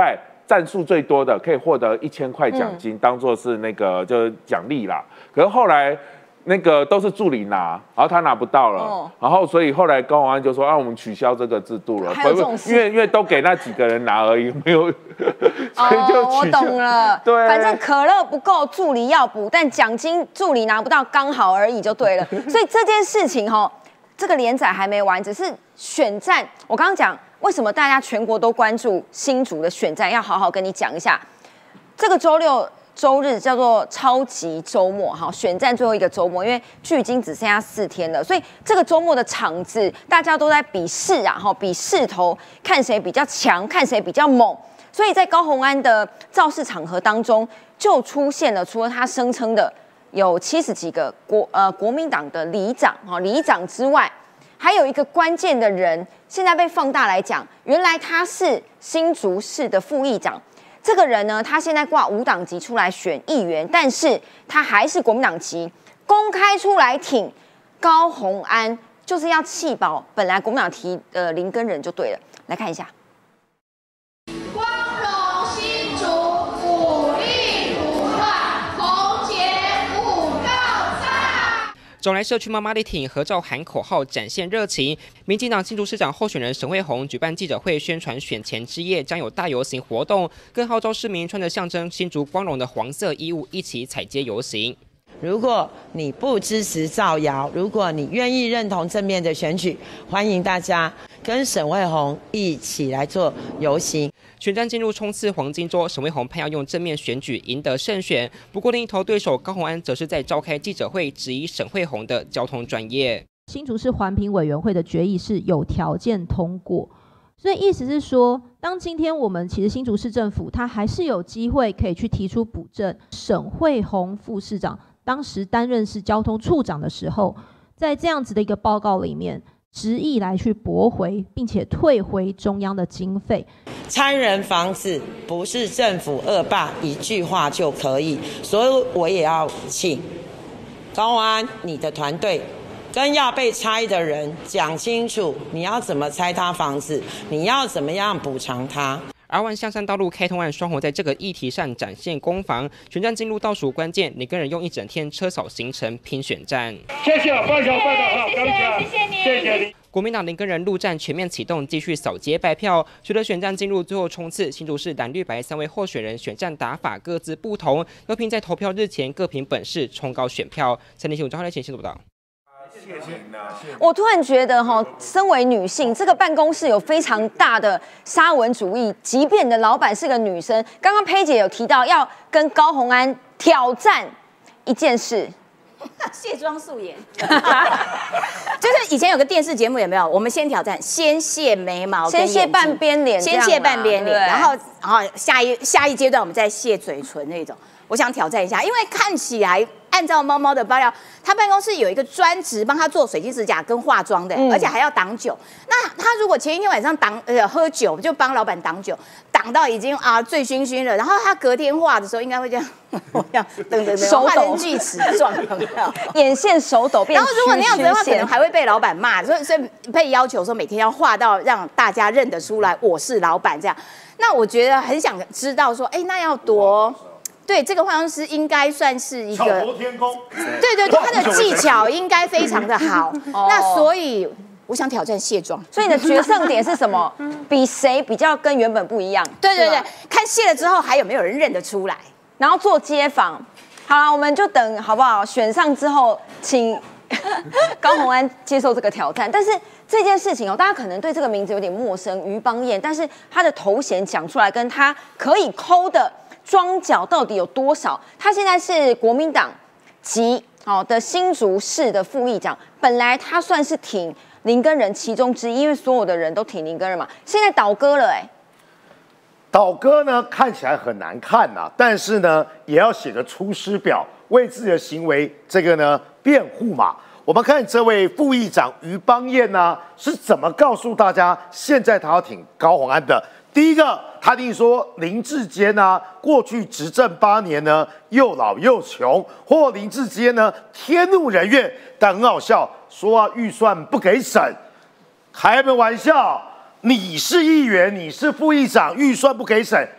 战术最多的可以获得一千块奖金，嗯、当做是那个就是奖励啦。可是后来。那个都是助理拿，然后他拿不到了，哦、然后所以后来高虹安就说啊，我们取消这个制度了， 还有这种事， 因为因为都给那几个人拿而已，没有，所以就哦，我懂了， 对， 反正可乐不够，助理要补，但奖金助理拿不到，刚好而已就对了。所以这件事情哈、哦，这个连载还没完，只是选战。我刚刚讲为什么大家全国都关注新竹的选战，要好好跟你讲一下。这个周六。周日叫做超级周末，哈，选战最后一个周末，因为距今只剩下四天了，所以这个周末的场子大家都在比势啊，哈，比势头，看谁比较强，看谁比较猛。所以在高虹安的造势场合当中，就出现了除了他声称的有七十几个国呃国民党的里长哈里长之外，还有一个关键的人，现在被放大来讲，原来他是新竹市的副议长。这个人呢，他现在挂无党籍出来选议员，但是他还是国民党籍，公开出来挺高虹安，就是要弃保本来国民党提的林耕仁就对了。来看一下， 光荣新竹，武力不乱，红结五告赛。 总来社区妈妈力挺合照喊口号，展现热情。民进党新竹市长候选人沈慧虹举办记者会，宣传选前之夜将有大游行活动，更号召市民穿着象征新竹光荣的黄色衣物一起踩街游行。 如果你不支持造谣，如果你愿意认同正面的选举，欢迎大家跟沈慧虹一起来做游行。 选战进入冲刺黄金周，沈慧虹盼要用正面选举赢得胜选。不过另一头对手高虹安则是在召开记者会，质疑沈慧虹的交通专业。 新竹市环评委员会的决议是有条件通过，所以意思是说，当今天我们其实新竹市政府它还是有机会可以去提出补正。沈慧虹副市长当时担任是交通处长的时候，在这样子的一个报告里面，执意来去驳回，并且退回中央的经费。 参人房子不是政府恶霸一句话就可以，所以我也要请高虹安你的团队跟要被拆的人讲清楚，你要怎么拆他房子，你要怎么样补偿他。 R 一象山道路开通案，双红在这个议题上展现攻防，选战进入倒数关键，林耕仁用一整天车扫行程拼选战。 谢谢，拜小拜的好，谢谢，谢谢你，谢谢你。 国民党林耕仁陆战全面启动，继续扫街拜票。随着选战进入最后冲刺，新竹市蓝绿白三位候选人选战打法各自不同，要拼在投票日前各凭本事冲高选票。三立新闻张浩来前新闻报道。 我突然觉得哈，身为女性，这个办公室有非常大的沙文主义。即便你的老板是个女生，刚刚佩姐有提到要跟高虹安挑战一件事， 卸妆素颜，就是以前有个电视节目有没有？我们先挑战，先卸眉毛， 先卸半边脸， 先卸半边脸，然后然后下一下一阶段我们再卸嘴唇那种。我想挑战一下，因为看起来按照猫猫的爆料，他办公室有一个专职帮他做水晶指甲跟化妆的，嗯、而且还要挡酒。那他如果前一天晚上挡呃喝酒，就帮老板挡酒，挡到已经啊醉醺醺了，然后他隔天画的时候应该会这样，这样等等等，画成锯齿状，有没有？ 眼线手抖变。 然后如果那样子的话，可能还会被老板骂，所以所以被要求说每天要画到让大家认得出来我是老板这样。那我觉得很想知道说，哎，那要多。对，这个化妆师应该算是一个巧夺天工。 对对对，他的技巧应该非常的好。那所以我想挑战卸妆。 所以你的决胜点是什么？比谁比较跟原本不一样？ 对对对，看卸了之后还有没有人认得出来， 然后做街访。好了，我们就等好不好？选上之后，请高虹安接受这个挑战。但是这件事情哦，大家可能对这个名字有点陌生，于邦彦，但是他的头衔讲出来，跟他可以抠的庄脚到底有多少？他现在是国民党籍哦的新竹市的副议长，本来他算是挺林耕仁其中之一，因为所有的人都挺林耕仁嘛，现在倒戈了哎、欸。 倒戈呢看起来很难看呐、啊，但是呢也要写个出师表，为自己的行为这个呢辩护嘛。我们看这位副议长于邦彦呢是怎么告诉大家，现在他要挺高虹安的。第一个，他定说林智坚呢，过去执政八年呢，又老又穷，或林智坚呢天怒人怨，但很好笑，说啊预算不给省，开门玩笑，你是议员，你是副议长，预算不给省，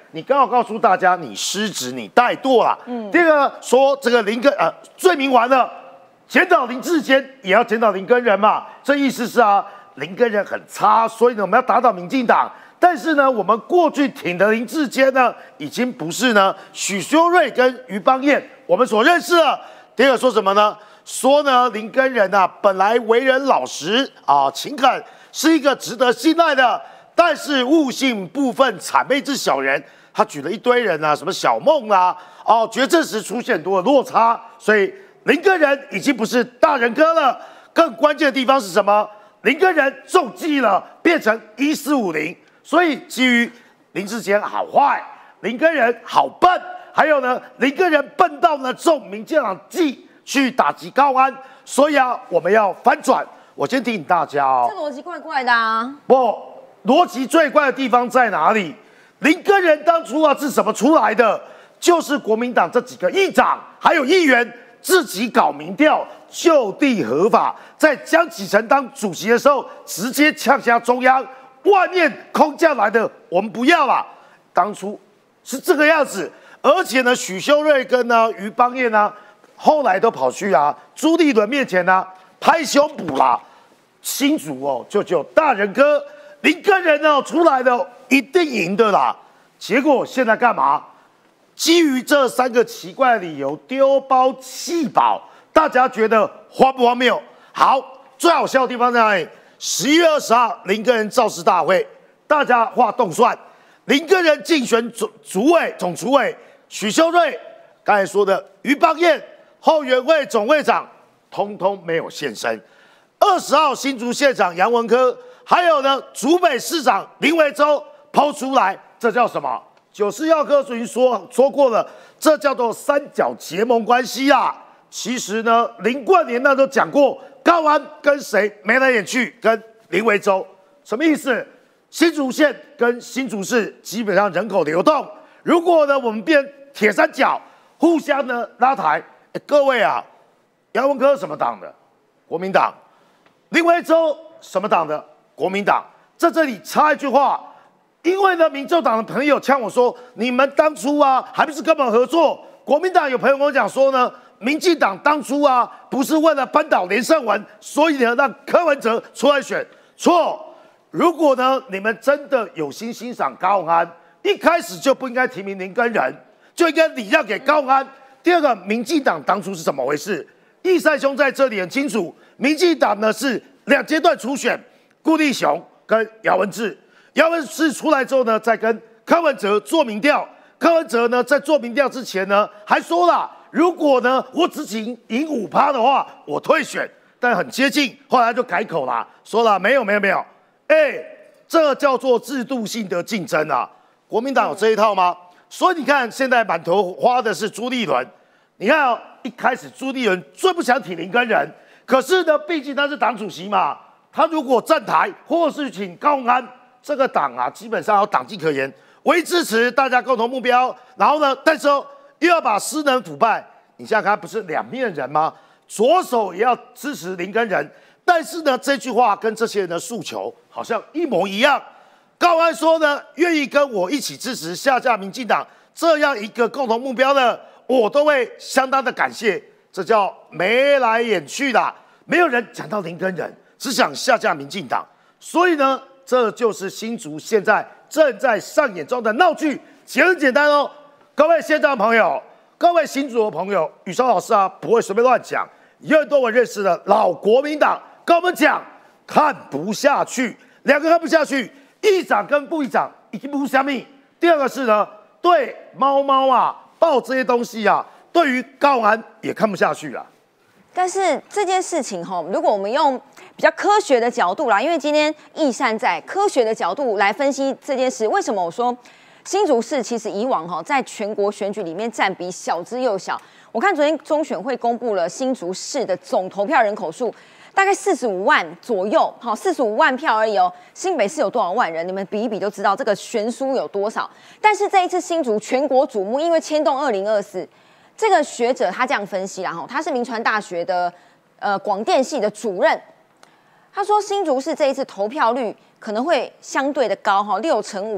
你刚好告诉大家你失职，你怠惰了。嗯，第二个说这个林根呃罪名完了，检讨林志坚也要检讨林根仁嘛，这意思是啊林根仁很差，所以呢我们要打倒民进党。但是呢，我们过去挺的林志坚呢，已经不是呢许修睿跟于邦彦我们所认识了。第二个说什么呢？说呢林根仁啊本来为人老实啊勤恳，是一个值得信赖的。但是悟性部分谄媚之小人，他举了一堆人啊，什么小梦啊，哦，决策时出现很多的落差，所以林根仁已经不是大人哥了。更关键的地方是什么？林根仁中计了，变成一四五零，所以基于林志坚好坏，林根仁好笨，还有呢，林根仁笨到呢中民进党计去打击高安，所以啊，我们要翻转。我先提醒大家哦， 这逻辑怪怪的啊， 不。逻辑最怪的地方在哪里？林根仁当初啊是怎么出来的？就是国民党这几个议长还有议员自己搞民调，就地合法，在江启臣当主席的时候，直接呛下中央，外面空降来的我们不要啦。当初是这个样子，而且呢，许修睿跟呢于邦彦呢，后来都跑去啊朱立伦面前呢拍胸脯啦，新竹哦就只有大人哥。林根仁呢出来的一定赢的啦，结果现在干嘛？基于这三个奇怪的理由丢包弃保，大家觉得荒不荒谬？好，最好笑的地方在哪里？十一月二十号林根仁造势大会，大家画动算，林根仁竞选主主委总主委许修睿，刚才说的于邦彦后援会总会长，通通没有现身。二十号新竹县长杨文科。还有呢，竹北市长林维洲抛出来，这叫什么？九四药科已经说说过了，这叫做三角结盟关系啊。其实呢，林冠年那都讲过，高安跟谁眉来眼去，跟林维洲，什么意思？新竹县跟新竹市基本上人口流动，如果呢我们变铁三角，互相呢拉抬，各位啊，杨文科什么党的？国民党。林维洲什么党的？国民党。在这里插一句话，因为呢，民众党的朋友呛我说，你们当初啊，还不是根本合作？国民党有朋友跟我讲说呢，民进党当初啊，不是为了扳倒连胜文，所以呢让柯文哲出来选。错，如果呢你们真的有心欣赏高虹安，一开始就不应该提名林根仁，就应该礼让给高虹安。第二个，民进党当初是怎么回事？义善兄在这里很清楚，民进党呢是两阶段初选。顾立雄跟姚文智，姚文智出来之后呢，再跟柯文哲做民调。柯文哲呢，在做民调之前呢，还说了，如果呢我只赢赢五趴的话，我退选。但很接近，后来就改口了，说了没有没有没有，哎，这叫做制度性的竞争啊。国民党有这一套吗？所以你看，现在满头花的是朱立伦。你看、哦，一开始朱立伦最不想挺林根仁，可是呢，毕竟他是党主席嘛。他如果站台，或是请高虹安，这个党啊，基本上有党纪可言，唯一支持大家共同目标。然后呢，但是又要把失能腐败，你想想看，不是两面人吗？左手也要支持林根仁，但是呢，这句话跟这些人的诉求好像一模一样。高虹安说呢，愿意跟我一起支持下架民进党这样一个共同目标的，我都会相当的感谢。这叫眉来眼去的，没有人讲到林根仁。只想下架民进党，所以呢，这就是新竹现在正在上演中的闹剧。其实很简单哦，各位线上的朋友，各位新竹的朋友，宇超老师啊，不会随便乱讲。有很多我认识的老国民党跟我们讲，看不下去，两个看不下去，议长跟副议长已经不相密。第二个是呢，对猫猫啊、抱这些东西啊，对于高虹安也看不下去了。 但是这件事情哈，如果我们用比较科学的角度啦，因为今天义善在科学的角度来分析这件事，为什么我说新竹市其实以往哈在全国选举里面占比小之又小？我看昨天中选会公布了新竹市的总投票人口数，大概四十五万左右，好，四十五万票而已哦。新北市有多少万人？你们比一比就知道这个悬殊有多少。但是这一次新竹全国瞩目，因为牵动二零二四。这个学者他这样分析啦，哈，他是民传大学的呃广电系的主任，他说新竹市这一次投票率可能会相对的高哈，六成五，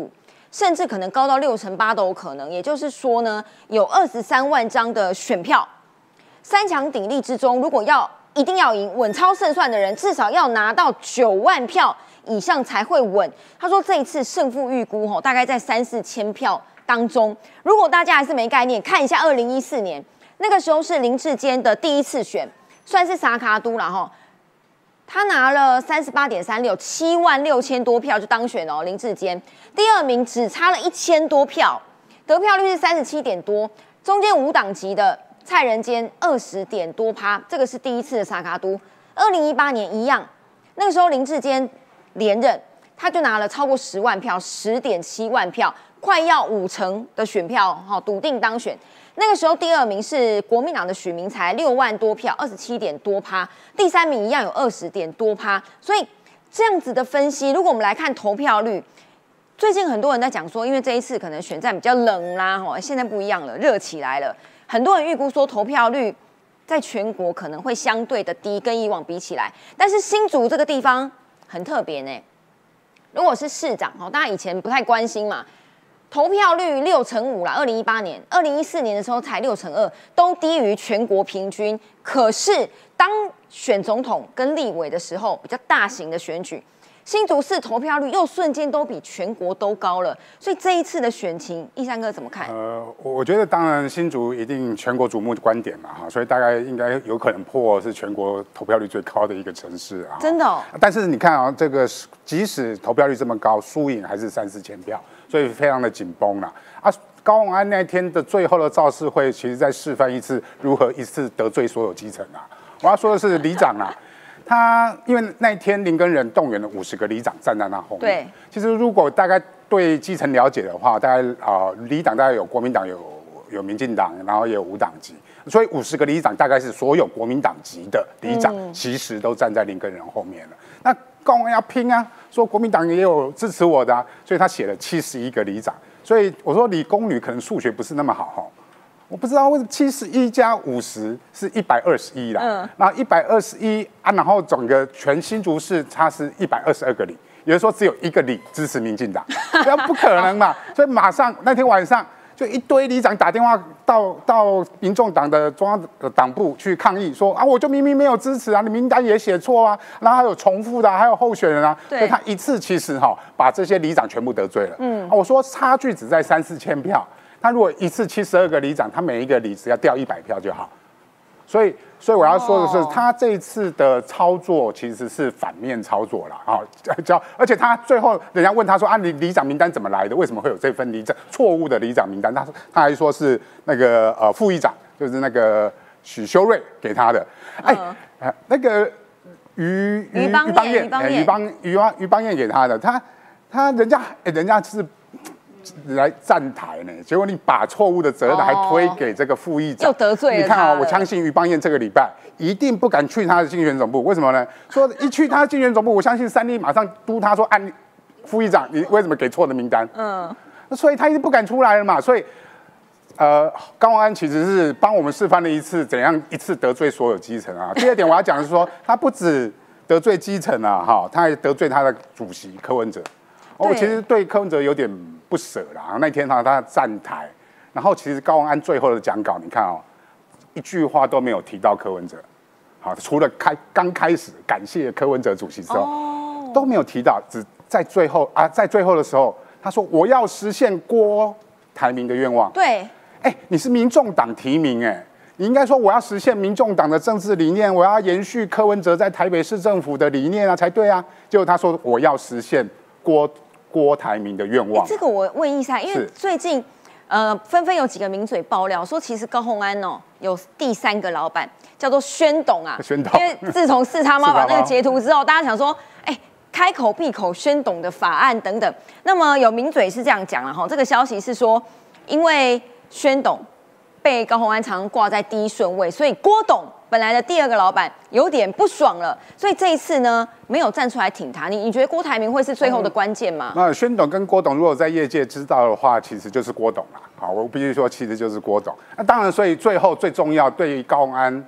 甚至可能高到六成八都有可能。也就是说呢，有二十三万张的选票，三强鼎立之中，如果要一定要赢，稳操胜算的人，至少要拿到九万票以上才会稳。他说这一次胜负预估吼，大概在三四千票当中。如果大家还是没概念，看一下二零一四年那个时候是林智坚的第一次选，算是沙卡都啦吼，他拿了三十八点三六，七万六千多票就当选哦。林智坚第二名只差了一千多票，得票率是三十七点多，中间无党籍的蔡仁坚二十点多趴，这个是第一次的沙卡都。二零一八年一样，那个时候林智坚连任，他就拿了超过十万票，十点七万票，快要五成的选票，哈，笃定当选。那个时候第二名是国民党的许明才，六万多票，二十七点多趴，第三名一样有二十点多趴。所以这样子的分析，如果我们来看投票率，最近很多人在讲说，因为这一次可能选战比较冷啦，哈，现在不一样了，热起来了。很多人预估说投票率在全国可能会相对的低，跟以往比起来。但是新竹这个地方很特别呢，如果是市长，哈，大家以前不太关心嘛。投票率六成五啦，二零一八年、二零一四年的时候才六成二，都低于全国平均。可是当选总统跟立委的时候，比较大型的选举，新竹市投票率又瞬间都比全国都高了。所以这一次的选情，义山哥怎么看？ 呃，我觉得当然新竹一定全国瞩目的观点嘛哈，所以大概应该有可能破是全国投票率最高的一个城市啊。 真的哦。 但是你看啊，这个即使投票率这么高，输赢还是三四千票。所以非常的紧绷啦。啊，高虹安那天的最后的造势会，其实在示范一次如何一次得罪所有基层啊。我要说的是里长啊，他因为那天林根仁动员了五十个里长站在那后面。 对。 其实如果大概对基层了解的话，大概啊、呃、里长大概有国民党有有民进党，然后也有无党籍，所以五十个里长大概是所有国民党籍的里长，嗯、其实都站在林根仁后面了。那高虹安要拼啊，说国民党也有支持我的、啊，所以他写了七十一个里长。所以我说理工女可能数学不是那么好哈，我不知道为什么七十一加五十是一百二十一啦，嗯，然后一百二十一啊，然后整个全新竹市它是一百二十二个里，也就是说只有一个里支持民进党，这不可能嘛，所以马上那天晚上。就一堆里长打电话到到民众党的中央的党部去抗议，说啊，我就明明没有支持啊，你名单也写错啊，然后还有重复的、啊，还有候选人啊，所以他一次其实哈、哦、把这些里长全部得罪了。嗯，啊、我说差距只在三四千票，他如果一次七十二个里长，他每一个里只要掉一百票就好。所以，所以我要说的是，他这一次的操作其实是反面操作了啊！叫，而且他最后人家问他说啊，你里长名单怎么来的？为什么会有这份里长错误的里长名单？他他还说是那个呃副议长，就是那个许修睿给他的。哎、呃，那个于于于邦彦，于邦于邦于邦彦给他的，他他人家哎人家是。来站台呢，结果你把错误的责任还推给这个副议长， 又得罪了他了。 你看啊、哦，我相信于邦彦这个礼拜一定不敢去他的竞选总部，为什么呢？说一去他的竞选总部，我相信三立马上督他说，按、啊、副议长，你为什么给错的名单？嗯，所以他一定不敢出来了嘛。所以，呃，高虹安其实是帮我们示范了一次怎样一次得罪所有基层啊。第二点我要讲的是说，他不止得罪基层啊，哈，他还得罪他的主席柯文哲。我、哦、其实对柯文哲有点不舍啦。那天他他站台，然后其实高虹安最后的讲稿，你看哦，一句话都没有提到柯文哲。好，除了开刚开始感谢柯文哲主席之后，哦、都没有提到。只在最后啊，在最后的时候，他说我要实现郭台铭的愿望。 对， 哎，你是民众党提名哎。你应该说我要实现民众党的政治理念，我要延续柯文哲在台北市政府的理念啊，才对啊。结果他说我要实现郭。郭台铭的愿望， 这个我问一下，因为最近呃纷纷有几个名嘴爆料说，其实高虹安哦有第三个老板叫做宣董啊， 宣董， 因为自从四叉猫把那个截图之后，大家想说，哎，开口闭口宣董的法案等等。那么有名嘴是这样讲了哈，这个消息是说，因为宣董被高虹安常挂在第一顺位，所以郭董本来的第二个老板有点不爽了，所以这一次呢没有站出来挺他。你你觉得郭台铭会是最后的关键吗？ 嗯、那宣董跟郭董如果在业界知道的话，其实就是郭董啦。好，我必须说，其实就是郭董。那当然，所以最后最重要对于高虹安而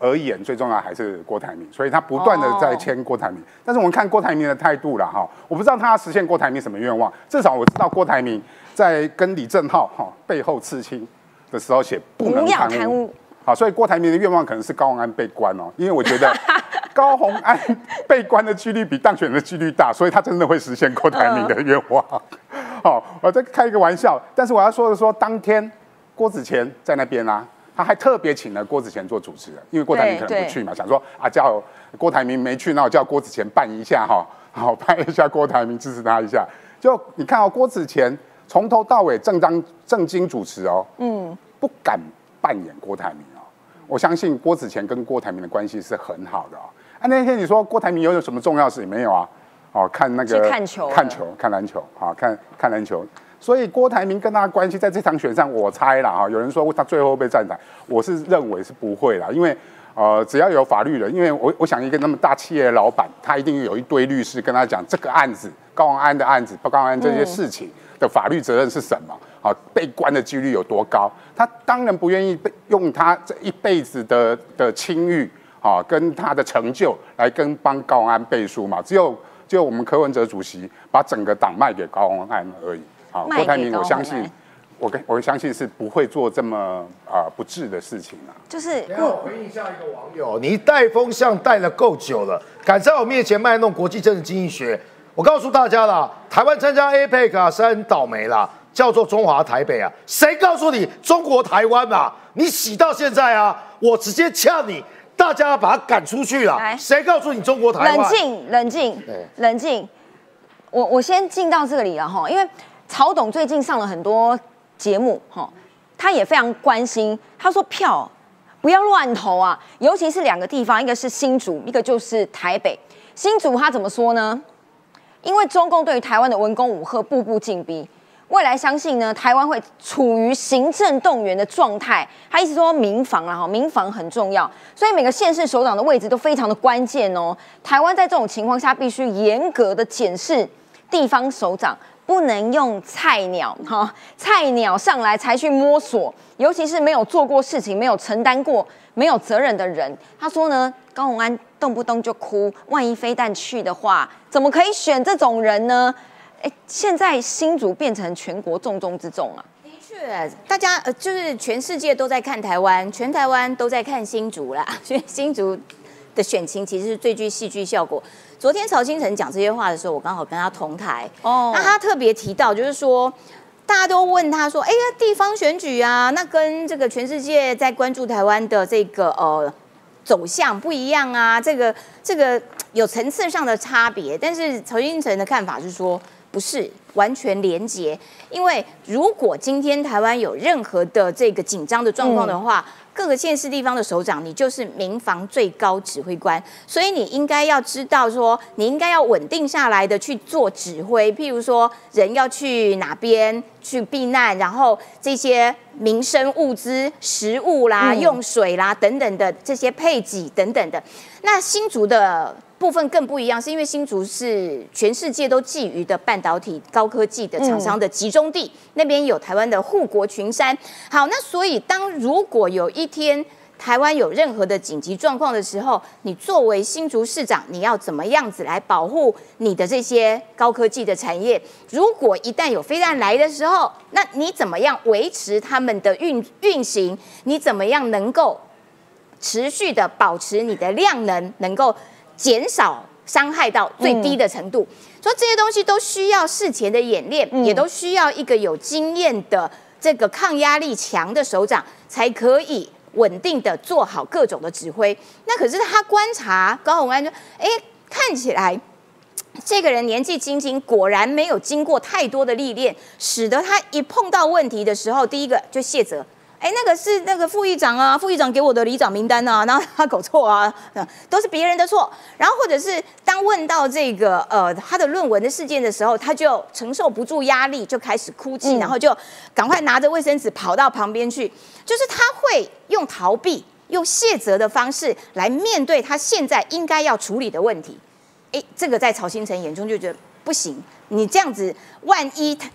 而言，最重要还是郭台铭，所以他不断的在签郭台铭。哦、但是我们看郭台铭的态度了哈，我不知道他实现郭台铭什么愿望，至少我知道郭台铭在跟李正皓哈背后刺青的时候写不能贪污。好，所以郭台铭的愿望可能是高虹安被关哦，因为我觉得高虹安被关的几率比当选的几率大，所以他真的会实现郭台铭的愿望。好，我在开一个玩笑，但是我要说的说，当天郭子乾在那边啊，他还特别请了郭子乾做主持人，因为郭台铭可能不去嘛，想说啊叫郭台铭没去，那我叫郭子乾扮一下哈，好扮一下郭台铭支持他一下。就你看哦，郭子乾从头到尾正当正经主持哦，嗯，不敢扮演郭台铭。我相信郭子乾跟郭台铭的关系是很好的哦。啊，那天你说郭台铭有什么重要事情没有啊？哦，看那个看球、 看球、看篮球，好、哦、看看篮球。所以郭台铭跟他的关系在这场选上，我猜啦哈，有人说他最后会被站台，我是认为是不会啦，因为呃只要有法律人，因为我我想一个那么大企业的老板，他一定有一堆律师跟他讲这个案子高虹安的案子，高虹安这些事情的法律责任是什么。嗯啊，被关的几率有多高？他当然不愿意被用他这一辈子的的清誉啊，跟他的成就来跟帮高虹安背书嘛。只有只有我们柯文哲主席把整个党卖给高虹安而已。好，郭台铭，我相信，我跟我相信是不会做这么啊、呃、不智的事情啊。 就是我回应一下一个网友，你带风向带了够久了，敢在我面前卖弄国际政治经济学？我告诉大家啦，台湾参加 A P E C 啊是很倒霉啦。叫做中华台北啊，谁告诉你中国台湾啊？你洗到现在啊，我直接呛你，大家要把他赶出去了。谁告诉你中国台湾？ 冷静，冷静，冷静。我我先进到这里了哈，因为曹董最近上了很多节目哈，他也非常关心。他说票不要乱投啊，尤其是两个地方，一个是新竹，一个就是台北。新竹他怎么说呢？因为中共对于台湾的文攻武吓步步进逼。未来相信呢，台湾会处于行政动员的状态。他意思说民防啦，哈，民防很重要，所以每个县市首长的位置都非常的关键哦。台湾在这种情况下，必须严格的检视地方首长，不能用菜鸟哈菜鸟上来才去摸索，尤其是没有做过事情、没有承担过、没有责任的人。他说呢，高虹安动不动就哭，万一飞弹去的话，怎么可以选这种人呢？哎，现在新竹变成全国重中之重啊！ 的确，大家呃，就是全世界都在看台湾，全台湾都在看新竹啦。所以新竹的选情其实是最具戏剧效果。昨天曹清晨讲这些话的时候，我刚好跟他同台。哦，那他特别提到，就是说，大家都问他说：“哎呀，地方选举啊，那跟这个全世界在关注台湾的这个呃走向不一样啊，这个这个有层次上的差别。”但是曹清晨的看法是说，不是完全连结，因为如果今天台湾有任何的这个紧张的状况的话，嗯、各个县市地方的首长，你就是民防最高指挥官，所以你应该要知道说，你应该要稳定下来的去做指挥，譬如说人要去哪边去避难，然后这些民生物资、食物啦、嗯、用水啦等等的这些配给等等的，那新竹的部分更不一样，是因为新竹是全世界都觊觎的半导体高科技的厂商的集中地，嗯、那边有台湾的护国群山。好，那所以当如果有一天台湾有任何的紧急状况的时候，你作为新竹市长，你要怎么样子来保护你的这些高科技的产业？如果一旦有飞弹来的时候，那你怎么样维持他们的运运行？你怎么样能够持续的保持你的量能，能够减少伤害到最低的程度，嗯、所以这些东西都需要事前的演练，嗯、也都需要一个有经验的这个抗压力强的首长，才可以稳定的做好各种的指挥。那可是他观察高虹安说，哎，看起来这个人年纪轻轻，果然没有经过太多的历练，使得他一碰到问题的时候，第一个就卸责。哎，那个是那个副议长啊，副议长给我的里长名单啊，然后他搞错啊，都是别人的错。然后或者是当问到这个呃他的论文的事件的时候，他就承受不住压力，就开始哭泣，嗯、然后就赶快拿着卫生纸跑到旁边去。就是他会用逃避、用卸责的方式来面对他现在应该要处理的问题。哎，这个在曹清晨眼中就觉得不行，你这样子，万一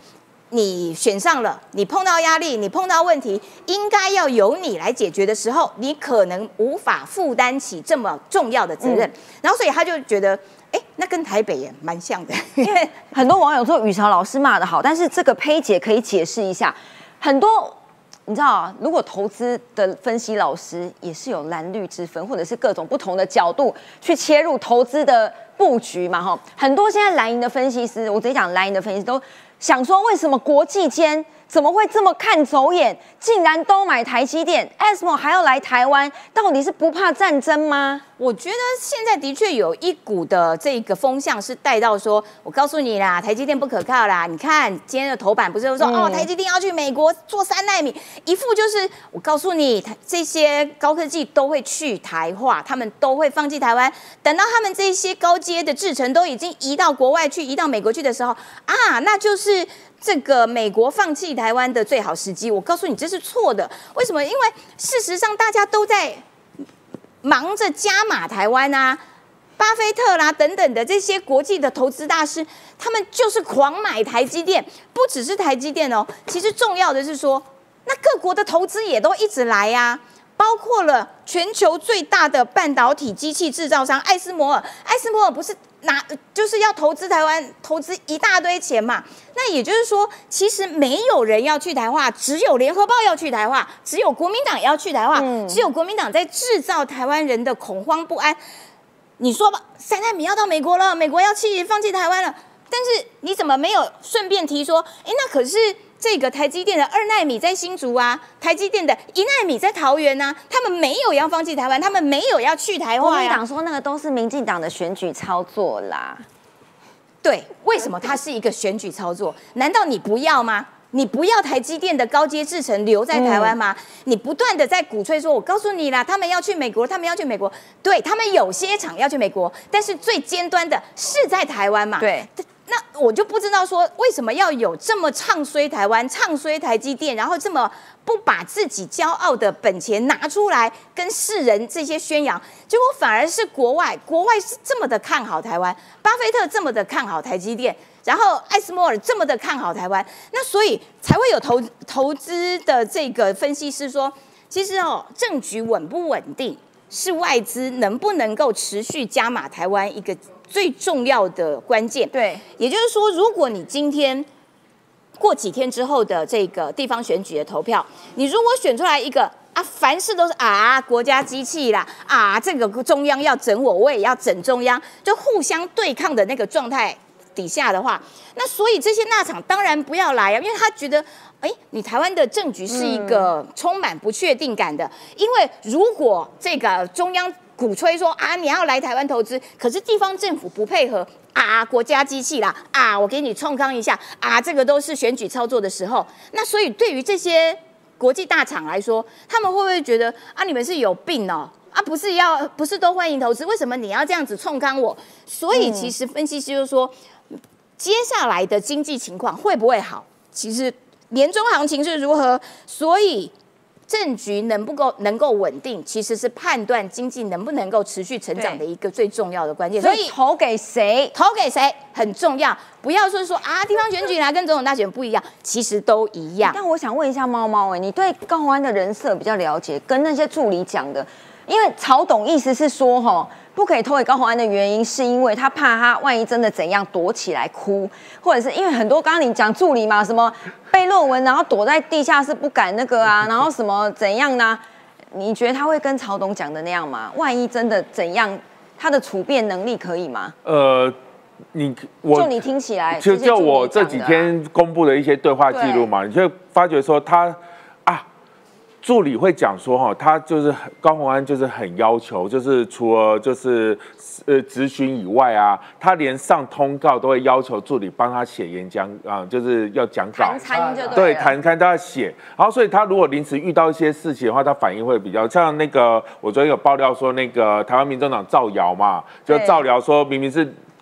你选上了，你碰到压力，你碰到问题，应该要由你来解决的时候，你可能无法负担起这么重要的责任。嗯、然后，所以他就觉得，哎，那跟台北也蛮像的。 因为很多网友说雨潮老师骂得好，但是这个佩姐可以解释一下，很多。你知道啊，如果投资的分析老师也是有蓝绿之分，或者是各种不同的角度去切入投资的布局嘛，哈，很多现在蓝营的分析师，我直接讲蓝营的分析师都想说，为什么国际间怎么会这么看走眼，竟然都买台积电 ，A S M L 还要来台湾，到底是不怕战争吗？ 我觉得现在的确有一股的这个风向是带到说，我告诉你啦，台积电不可靠啦。你看今天的头版不是说、嗯、哦，台积电要去美国做三奈米，一副就是我告诉你，这些高科技都会去台化，他们都会放弃台湾。等到他们这些高阶的制程都已经移到国外去，移到美国去的时候啊，那就是这个美国放弃台湾的最好时机。我告诉你，这是错的。为什么？因为事实上大家都在忙着加码台湾啊，巴菲特啦等等的这些国际的投资大师，他们就是狂买台积电，不只是台积电哦。其实重要的是说，那各国的投资也都一直来呀、啊，包括了全球最大的半导体机器制造商艾斯摩尔，艾斯摩尔不是拿就是要投资台湾，投资一大堆钱嘛。那也就是说，其实没有人要去台化，只有联合报要去台化，只有国民党要去台化，嗯、只有国民党在制造台湾人的恐慌不安。你说吧，三奈米要到美国了，美国要弃放弃台湾了，但是你怎么没有顺便提说，哎，那可是这个台积电的二奈米在新竹啊，台积电的一奈米在桃园啊，他们没有要放弃台湾，他们没有要去台化呀。 国民党说那个都是民进党的选举操作啦。 对，为什么它是一个选举操作？难道你不要吗？你不要台积电的高阶制程留在台湾吗？嗯、你不断的在鼓吹说，我告诉你啦，他们要去美国，他们要去美国。对，他们有些厂要去美国，但是最尖端的是在台湾嘛。 对。 那我就不知道说为什么要有这么唱衰台湾、唱衰台积电，然后这么不把自己骄傲的本钱拿出来跟世人这些宣扬，结果反而是国外，国外是这么的看好台湾，巴菲特这么的看好台积电，然后艾斯摩尔这么的看好台湾，那所以才会有投投资的这个分析师说，其实哦，政局稳不稳定是外资能不能够持续加码台湾一个最重要的关键。 对， 也就是说，如果你今天过几天之后的这个地方选举的投票，你如果选出来一个啊，凡事都是啊国家机器啦，啊这个中央要整我，我也要整中央，就互相对抗的那个状态底下的话，那所以这些纳厂当然不要来啊，因为他觉得，哎，你台湾的政局是一个充满不确定感的，因为如果这个中央鼓吹说啊，你要来台湾投资，可是地方政府不配合啊，国家机器啦啊，我给你冲康一下啊，这个都是选举操作的时候。那所以对于这些国际大厂来说，他们会不会觉得啊，你们是有病哦？啊，不是要不是都欢迎投资，为什么你要这样子冲康我？所以其实分析师就说，接下来的经济情况会不会好？其实年终行情是如何？所以。政局能不够能够稳定，其实是判断经济能不能够持续成长的一个最重要的关键。 所以投给谁， 投给谁很重要。不要说说啊，地方选举啦跟总统大选不一样，其实都一样。 但我想问一下猫猫，哎，你对高虹安的人设比较了解，跟那些助理讲的，因为曹董意思是说，哈。不可以投给高虹安的原因，是因为他怕他万一真的怎样躲起来哭，或者是因为很多刚刚你讲助理嘛，什么背论文然后躲在地下室不敢那个啊，然后什么怎样呢？你觉得他会跟曹董讲的那样吗？万一真的怎样，他的处变能力可以吗？ 呃，你我就你听起来， 就就我这几天公布的一些对话记录嘛，你就发觉说他。助理会讲说，哈，他就是高虹安，就是很要求，就是除了就是呃咨询以外啊，他连上通告都会要求助理帮他写演讲啊，就是要讲稿， 谈餐就对，谈餐都要写。然后，所以他如果临时遇到一些事情的话，他反应会比较像那个，我昨天有爆料说，那个台湾民众党造谣嘛，就造谣说明明是。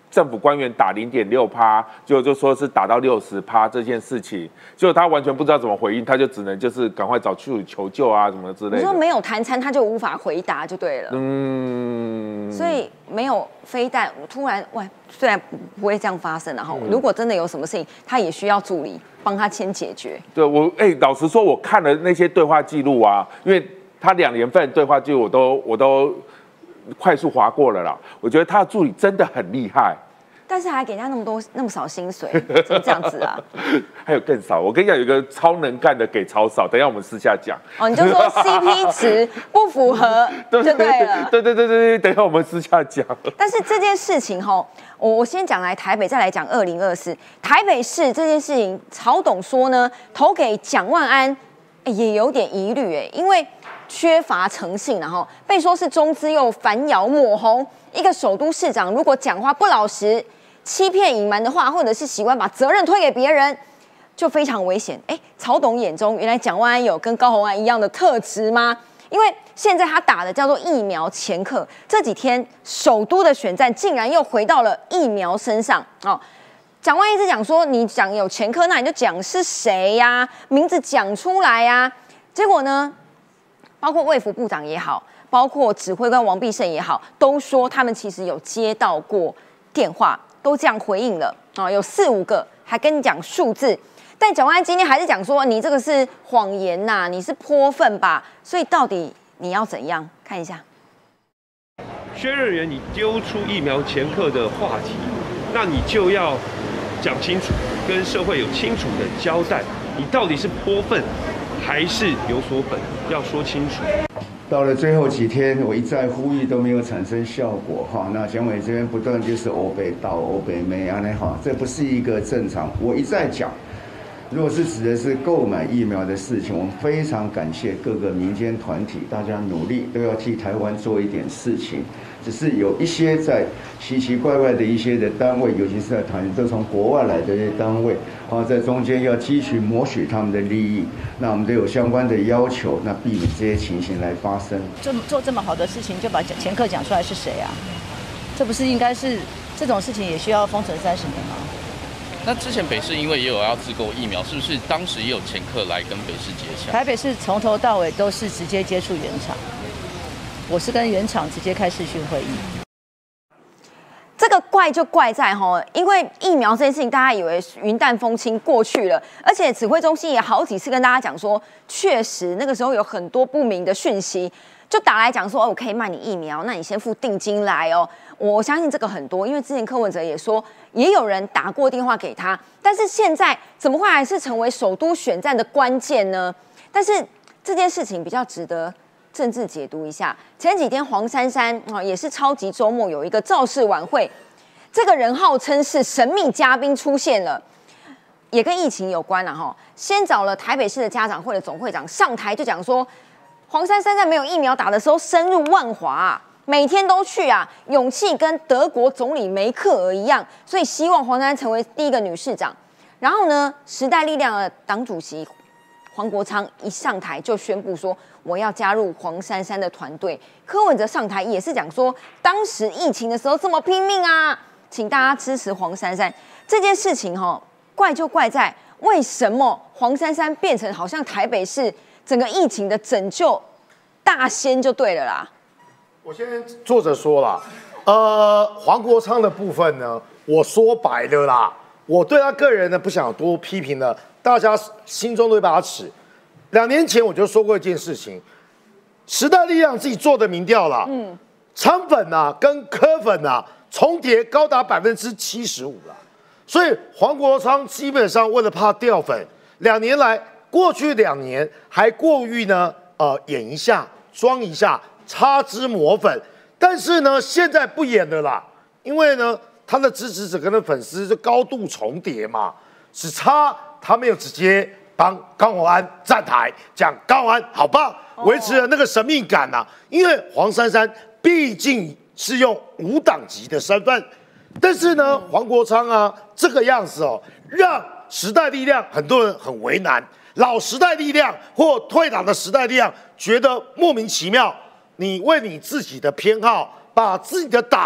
政府官员打零点六趴，结果就说是打到六十趴这件事情，结果他完全不知道怎么回应，他就只能就是赶快找去求救啊什么之类的。 你说没有谈餐，他就无法回答就对了。 嗯， 所以没有飞弹，突然哇，虽然不会这样发生，然后如果真的有什么事情，他也需要助理帮他先解决。 对我，哎、欸，老实说，我看了那些对话记录啊，因为他两年份对话记录我都我都。快速划过了啦，我觉得他的助理真的很厉害， 但是还给人家那么多那么少薪水，怎么这样子啊？ 还有更少，我跟你讲，有一个超能干的给超少，等一下我们私下讲。 哦，你就说 C P 值不符合就对了。 对对对对对，等一下我们私下讲。 但是这件事情哈，我我先讲来台北，再来讲二零二四台北市这件事情，曹董说呢，投给蒋万安也有点疑虑哎，因为。缺乏诚信，然后被说是中资又反咬抹红。一个首都市长如果讲话不老实、欺骗隐瞒的话，或者是习惯把责任推给别人，就非常危险。哎，曹董眼中原来蒋万安有跟高虹安一样的特质吗？因为现在他打的叫做疫苗前客，这几天首都的选战竟然又回到了疫苗身上哦。蒋万安一直讲说，你讲有前客，那你就讲是谁呀、啊，名字讲出来呀、啊。结果呢？包括卫福部长也好，包括指挥官王必胜也好，都说他们其实有接到过电话，都这样回应了啊，有四五个，还跟你讲数字。但蒋万安今天还是讲说，你这个是谎言呐、啊，你是泼粪吧？所以到底你要怎样？看一下， 薛润元，你丢出疫苗前客的话题，那你就要讲清楚，跟社会有清楚的交代，你到底是泼粪。还是有所本，要说清楚。 到了最后几天，我一再呼吁都没有产生效果哈。那蒋委这边不断就是欧北倒欧北妹啊，那哈，这不是一个正常。我一再讲，如果是指的是购买疫苗的事情，我们非常感谢各个民间团体，大家努力都要替台湾做一点事情。只是有一些在奇奇怪怪的一些的单位，尤其是在团都从国外来的这些单位，啊，在中间要汲取谋取他们的利益，那我们都有相关的要求，那避免这些情形来发生。 这做这么好的事情，就把前客讲出来是谁啊？这不是应该是这种事情也需要封存三十年吗？ 那之前北市因为也有要自购疫苗，是不是当时也有前客来跟北市接洽？ 台北市从头到尾都是直接接触原厂。我是跟原厂直接开视讯会议。 这个怪就怪在哈，因为疫苗这件事情，大家以为云淡风轻过去了，而且指挥中心也好几次跟大家讲说，确实那个时候有很多不明的讯息，就打来讲说，哦，我可以卖你疫苗，那你先付定金来哦。我相信这个很多，因为之前柯文哲也说，也有人打过电话给他，但是现在怎么会还是成为首都选战的关键呢？但是这件事情比较值得政治解读一下。前几天黄珊珊啊，也是超级周末有一个造势晚会，这个人号称是神秘嘉宾出现了，也跟疫情有关了哈。先找了台北市的家长会的总会长上台，就讲说，黄珊珊在没有疫苗打的时候深入万华、啊，每天都去啊，勇气跟德国总理梅克尔一样，所以希望黄珊珊成为第一个女市长。然后呢，时代力量的党主席黄国昌一上台就宣布说，我要加入黄珊珊的团队。柯文哲上台也是讲说，当时疫情的时候这么拼命啊，请大家支持黄珊珊。这件事情哈、哦，怪就怪在为什么黄珊珊变成好像台北市整个疫情的拯救大仙就对了啦。 我先作者说了，呃，黄国昌的部分呢，我说白了啦，我对他个人呢不想多批评了，大家心中都有把尺。两年前我就说过一件事情，时代力量自己做的民调啦，嗯，昌粉啊跟柯粉啊重叠高达百分之七十五啦，所以黄国昌基本上为了怕掉粉，两年来过去两年还过于呢呃演一下装一下擦脂抹粉，但是呢现在不演了啦，因为呢他的支持者跟他粉丝就高度重叠嘛，只差他没有直接帮高虹安站台讲高虹安好棒，维持了那个神秘感啊。因为黄珊珊毕竟是用无党籍的身份，但是呢，黄国昌啊这个样子哦，让时代力量很多人很为难，老时代力量或退党的时代力量觉得莫名其妙，你为你自己的偏好，把自己的党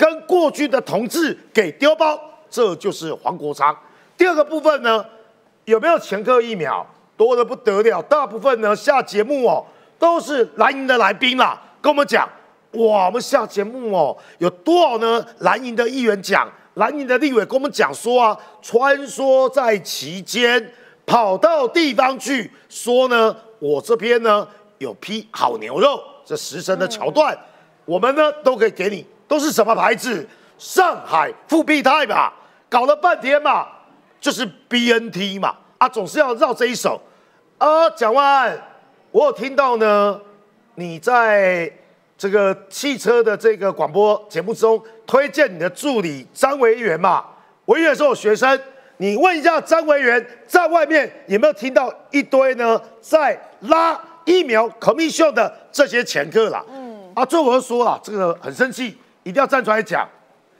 跟过去的同志给丢包，这就是黄国昌。第二个部分呢，有没有前科疫苗？多得不得了，大部分呢下节目哦，都是蓝营的来宾啦，跟我们讲，哇，我们下节目哦，有多少呢？蓝营的议员讲，蓝营的立委跟我们讲说啊，穿梭在其间，跑到地方去说呢，我这边呢有批好牛肉，这食神的桥段，嗯、我们呢都可以给你，都是什么牌子？上海复必泰嘛，搞了半天嘛，就是 B N T 嘛，啊，总是要绕这一手。啊，蒋万安，我有听到呢，你在这个汽车的这个广播节目中推荐你的助理张维元嘛？维元是我学生，你问一下张维元，在外面有没有听到一堆呢在拉疫苗 commission 的这些掮客啦？嗯，啊，最后我就说了，这个很生气，一定要站出来讲。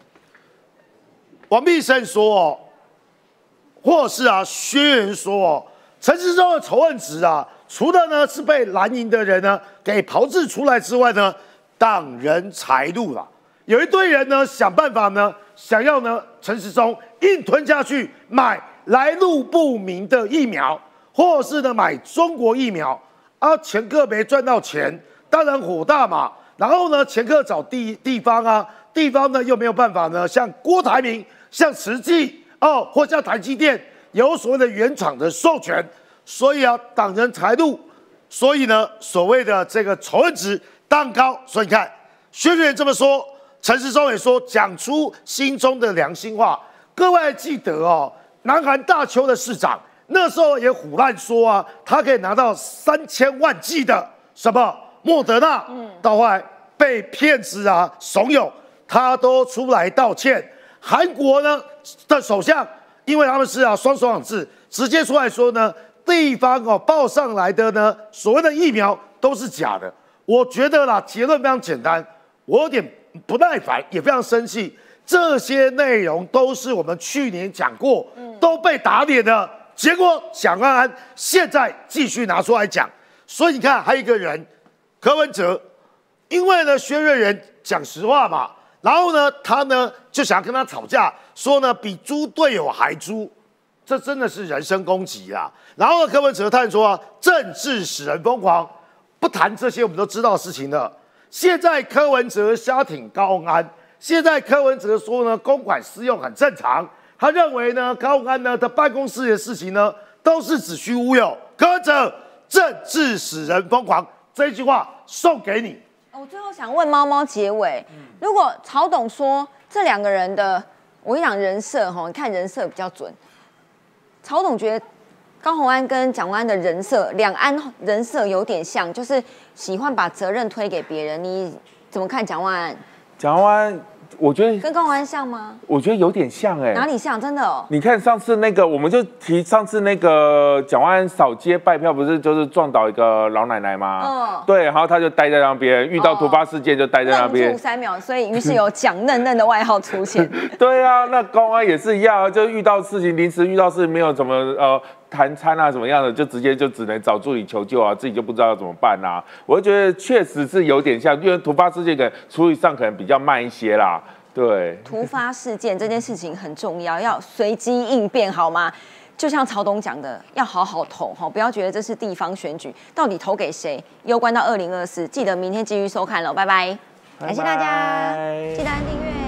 王必胜说哦，或是啊，薛元说哦。陈时中的仇恨值啊，除了呢是被蓝营的人呢给炮制出来之外呢，挡人财路啦。有一堆人呢想办法呢，想要呢陈时中硬吞下去，买来路不明的疫苗，或是呢买中国疫苗啊，前客没赚到钱，当然火大嘛。然后呢，前客找地地方啊，地方呢又没有办法呢，像郭台铭、像慈济哦，或像台积电。有所谓的原厂的授权，所以啊，挡人财路，所以呢，所谓的这个仇恨值荡高。所以你看，薛瑞元这么说，陈时中也说，讲出心中的良心话。各位还记得哦，南韩大邱的市长那时候也唬烂说啊，他可以拿到三千万剂的什么莫德纳，嗯，到后来被骗子啊怂恿，他都出来道歉。韩国呢的首相。因为他们是啊双手两制，直接出来说呢，地方哦报上来的呢所谓的疫苗都是假的。我觉得啦，结论非常简单，我有点不耐烦，也非常生气。这些内容都是我们去年讲过，都被打脸的。结果蒋万安现在继续拿出来讲，所以你看还有一个人柯文哲，因为呢薛瑞元讲实话嘛。然后呢，他呢就想跟他吵架，说呢比猪队友还猪，这真的是人身攻击啦。然后呢，柯文哲他说啊，政治使人疯狂，不谈这些我们都知道的事情了。现在柯文哲瞎挺高虹安，现在柯文哲说呢公款私用很正常，他认为呢高虹安呢的办公室的事情呢都是子虚乌有。柯文哲政治使人疯狂这一句话送给你。 我最后想问猫猫结尾，如果曹董说这两个人的，我跟你讲人设哈，你看人设比较准。曹董觉得高虹安跟蒋万安的人设，两岸人设有点像，就是喜欢把责任推给别人。你怎么看蒋万安？ 蒋万安，我觉得跟高虹安像吗？ 我觉得有点像哎、欸， 哪里像？真的哦。 你看上次那个，我们就提上次那个蒋万安扫街拜票，不是就是撞倒一个老奶奶吗？嗯，对，然后他就待在那边，遇到突发事件就待在那边， 愣住三秒，所以于是有蒋嫩嫩的外号出现。 对啊，那高虹安也是一样，就遇到事情，临时遇到事没有怎么呃谈餐啊什么样的，就直接就只能找助理求救啊，自己就不知道要怎么办啊。我就觉得确实是有点像，因为突发事件可能处理上可能比较慢一些啦。对， 突发事件这件事情很重要，要随机应变，好吗？就像曹董讲的，要好好投哈，不要觉得这是地方选举，到底投给谁，攸关到二零二四。记得明天继续收看了，拜拜，感谢大家，记得按订阅。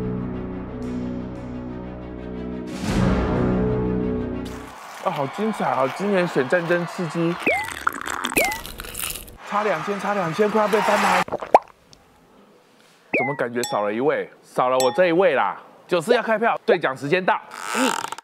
啊，好精彩啊！今年选战争刺激，差两千，差两千，快要被翻盘。怎么感觉少了一位？少了我这一位啦！九四要开票，兑奖时间到。嗯